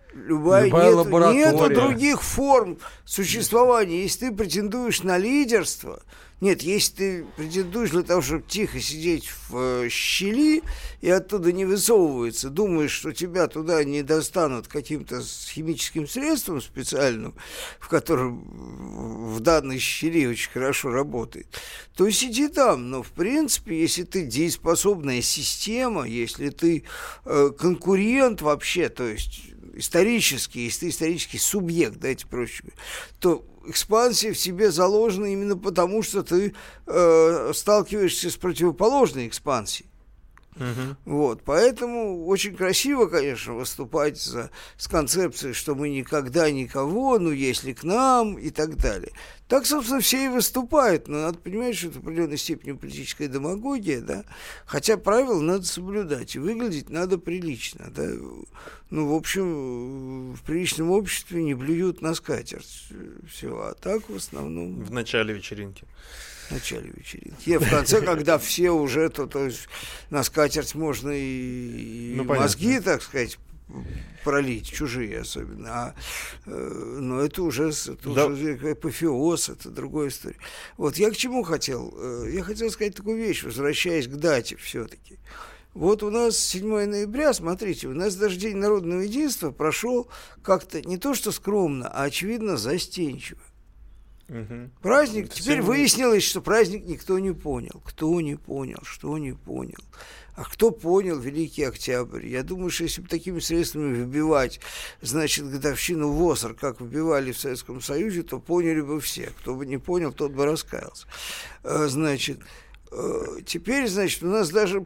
Speaker 3: Любая лаборатория.
Speaker 4: Нету других форм существования. Если ты претендуешь на лидерство, нет, если ты претендуешь для того, чтобы тихо сидеть в щели и оттуда не высовываться, думаешь, что тебя туда не достанут каким-то химическим средством специальным, в котором в данной щели очень хорошо работает, то сиди там. Но, в принципе, если ты дееспособная система, если ты конкурент вообще, то есть исторический, если ты исторический субъект, дайте проще говоря, то экспансия в себе заложена именно потому, что ты сталкиваешься с противоположной экспансией. Вот, поэтому очень красиво, конечно, выступать с концепцией, что мы никогда никого, ну, если к нам и так далее. Так, собственно, все и выступают, но надо понимать, что это в определенной степени политическая демагогия, да, хотя правила надо соблюдать, и выглядеть надо прилично, да. Ну, в общем, в приличном обществе не блюют на скатерть всего, а так в основном...
Speaker 2: В начале вечеринки.
Speaker 4: В начале вечеринки. И в конце, когда все уже, то есть на скатерть можно и мозги, так сказать, пролить, чужие особенно. Но это уже апофеоз, это другая история. Вот я к чему хотел? Я хотел сказать такую вещь, возвращаясь к дате все-таки. Вот у нас 7 ноября, смотрите, у нас даже День народного единства прошел как-то не то что скромно, а очевидно застенчиво. Праздник, теперь выяснилось, что праздник никто не понял. Кто не понял, что не понял. А кто понял Великий Октябрь? Я думаю, что если бы такими средствами выбивать, значит, годовщину ВОСР, как выбивали в Советском Союзе, то поняли бы все. Кто бы не понял, тот бы раскаялся. Значит, теперь, значит, у нас даже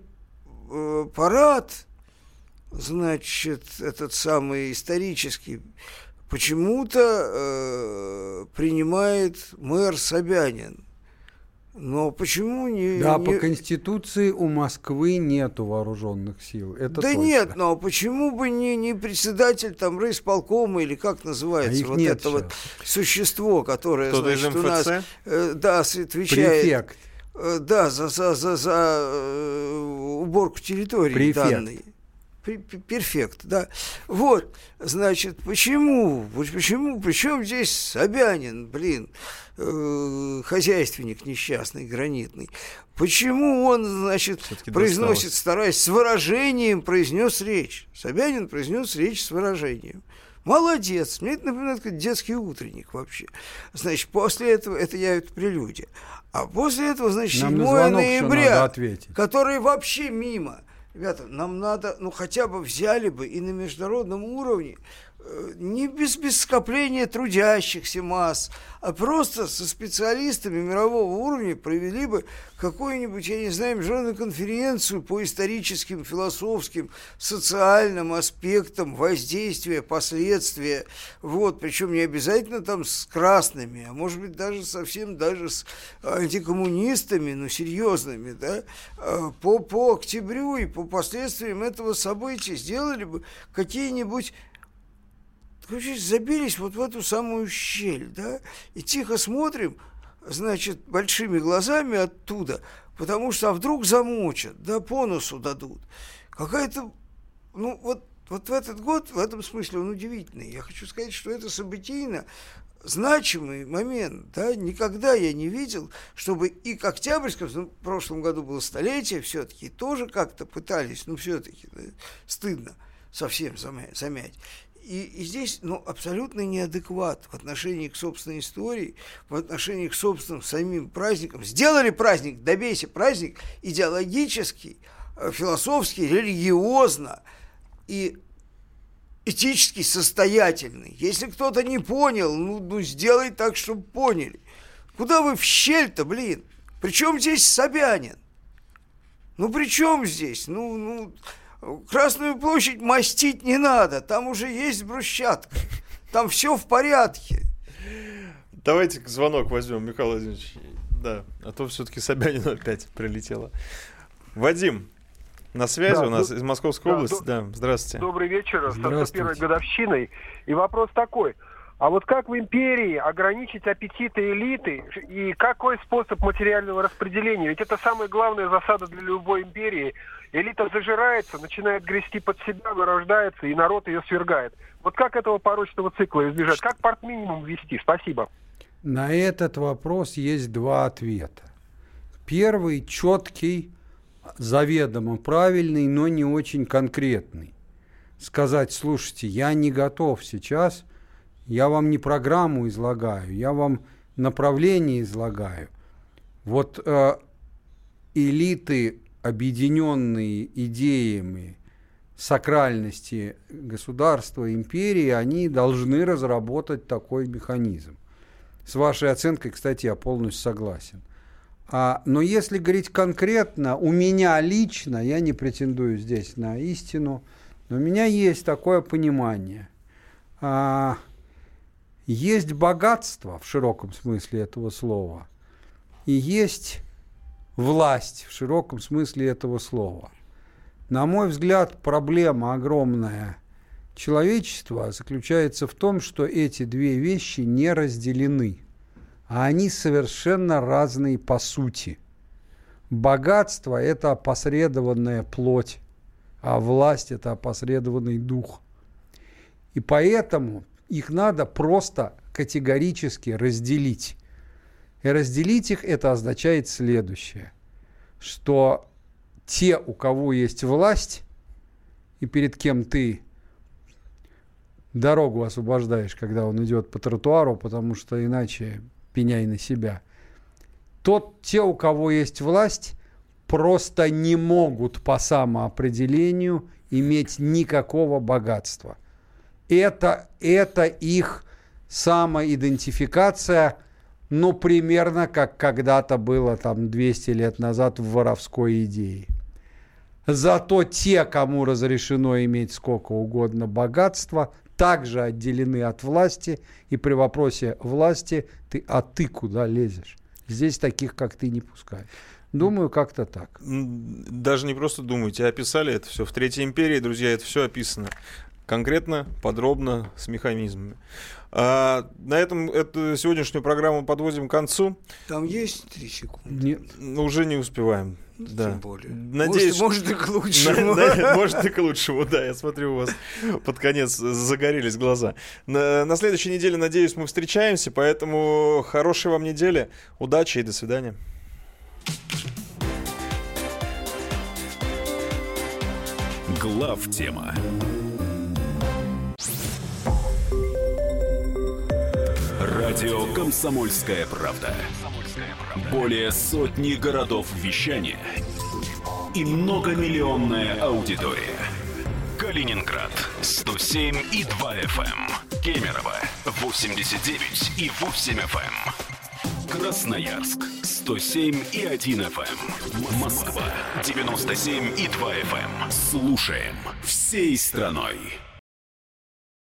Speaker 4: парад, значит, этот самый исторический, почему-то принимает мэр Собянин. Но почему не...
Speaker 3: Да, по Конституции у Москвы нету вооруженных сил. Это
Speaker 4: да
Speaker 3: точно.
Speaker 4: Нет, но почему бы не председатель там райисполкома или как называется вот это сейчас. Вот существо, которое,
Speaker 2: кто-то
Speaker 4: значит,
Speaker 2: из МФЦ?
Speaker 4: у нас отвечает...
Speaker 3: Префект.
Speaker 4: Да, за уборку территории данной. Перфект, да. Вот, значит, почему, причем здесь Собянин, хозяйственник несчастный, гранитный, почему он, значит, произносит, стараясь с выражением, произнес речь. Собянин произнес речь с выражением. Молодец, мне это напоминает как детский утренник вообще. Значит, после этого, это прелюдия. А после этого, значит, 7 ноября, который вообще мимо. Ребята, нам надо, хотя бы взяли бы и на международном уровне, не без скопления трудящихся масс, а просто со специалистами мирового уровня провели бы какую-нибудь, я не знаю, международную конференцию по историческим, философским, социальным аспектам воздействия, последствия, вот, причем не обязательно там с красными, а может быть даже совсем даже с антикоммунистами, но серьезными, да, по октябрю и по последствиям этого события сделали бы какие-нибудь... Короче, забились вот в эту самую щель, да, и тихо смотрим, значит, большими глазами оттуда, потому что, вдруг замочат, да, по носу дадут. Какая-то, вот в этот год, в этом смысле он удивительный. Я хочу сказать, что это событийно значимый момент, да, никогда я не видел, чтобы и к Октябрьскому, в прошлом году было столетие все-таки, тоже как-то пытались, все-таки, да, стыдно совсем замять. И здесь, абсолютно неадекват в отношении к собственной истории, в отношении к собственным самим праздникам. Сделали праздник, добейся, праздник идеологический, философский, религиозно и этически состоятельный. Если кто-то не понял, сделай так, чтобы поняли. Куда вы в щель-то, При чем здесь Собянин? При чем здесь? Красную площадь мастить не надо, там уже есть брусчатка, там все в порядке.
Speaker 2: Давайте звонок возьмем, Михаил Владимирович. Да, а то все-таки Собянину опять прилетело. Вадим, на связи у нас из Московской области. Да, здравствуйте.
Speaker 12: Добрый вечер, с 101-й годовщиной. И вопрос такой. А вот как в империи ограничить аппетиты элиты и какой способ материального распределения? Ведь это самая главная засада для любой империи. элита зажирается, начинает грести под себя, вырождается, и народ ее свергает. Вот как этого порочного цикла избежать? Как партминимум ввести? Спасибо.
Speaker 3: На этот вопрос есть два ответа. Первый четкий, заведомо правильный, но не очень конкретный. Сказать: слушайте, я не готов сейчас, я вам не программу излагаю, я вам направление излагаю. Вот элиты, объединенные идеями сакральности государства, империи, они должны разработать такой механизм. С вашей оценкой, кстати, я полностью согласен. Но если говорить конкретно, у меня лично, я не претендую здесь на истину, но у меня есть такое понимание. Есть богатство в широком смысле этого слова, и есть власть в широком смысле этого слова. На мой взгляд, проблема огромная человечества заключается в том, что эти две вещи не разделены, а они совершенно разные по сути. Богатство – это опосредованная плоть, а власть – это опосредованный дух. И поэтому их надо просто категорически разделить. И разделить их – это означает следующее, что те, у кого есть власть, и перед кем ты дорогу освобождаешь, когда он идет по тротуару, потому что иначе пеняй на себя. Те, у кого есть власть, просто не могут по самоопределению иметь никакого богатства. Это их самоидентификация, примерно как когда-то было 200 лет назад в воровской идее. Зато те, кому разрешено иметь сколько угодно богатства, также отделены от власти, и при вопросе власти ты куда лезешь? Здесь таких, как ты, не пускают. Думаю, как-то так.
Speaker 2: Даже не просто думайте, описали это все. В Третьей империи, друзья, это все описано. Конкретно, подробно, с механизмами. На этом эту сегодняшнюю программу подводим к концу.
Speaker 4: Там есть 3 секунды?
Speaker 3: Нет.
Speaker 2: Уже не успеваем. Да.
Speaker 4: Тем более.
Speaker 2: Надеюсь,
Speaker 4: может и к лучшему.
Speaker 2: Может и к лучшему, да. Я смотрю, у вас под конец загорелись глаза. На следующей неделе, надеюсь, мы встречаемся, поэтому хорошей вам недели, удачи и до свидания.
Speaker 1: Главтема. Радио «Комсомольская правда». Более сотни городов вещания и многомиллионная аудитория. Калининград 107,2 FM, Кемерово 89,8 FM, Красноярск 107,1 FM, Москва 97,2 FM. Слушаем всей страной.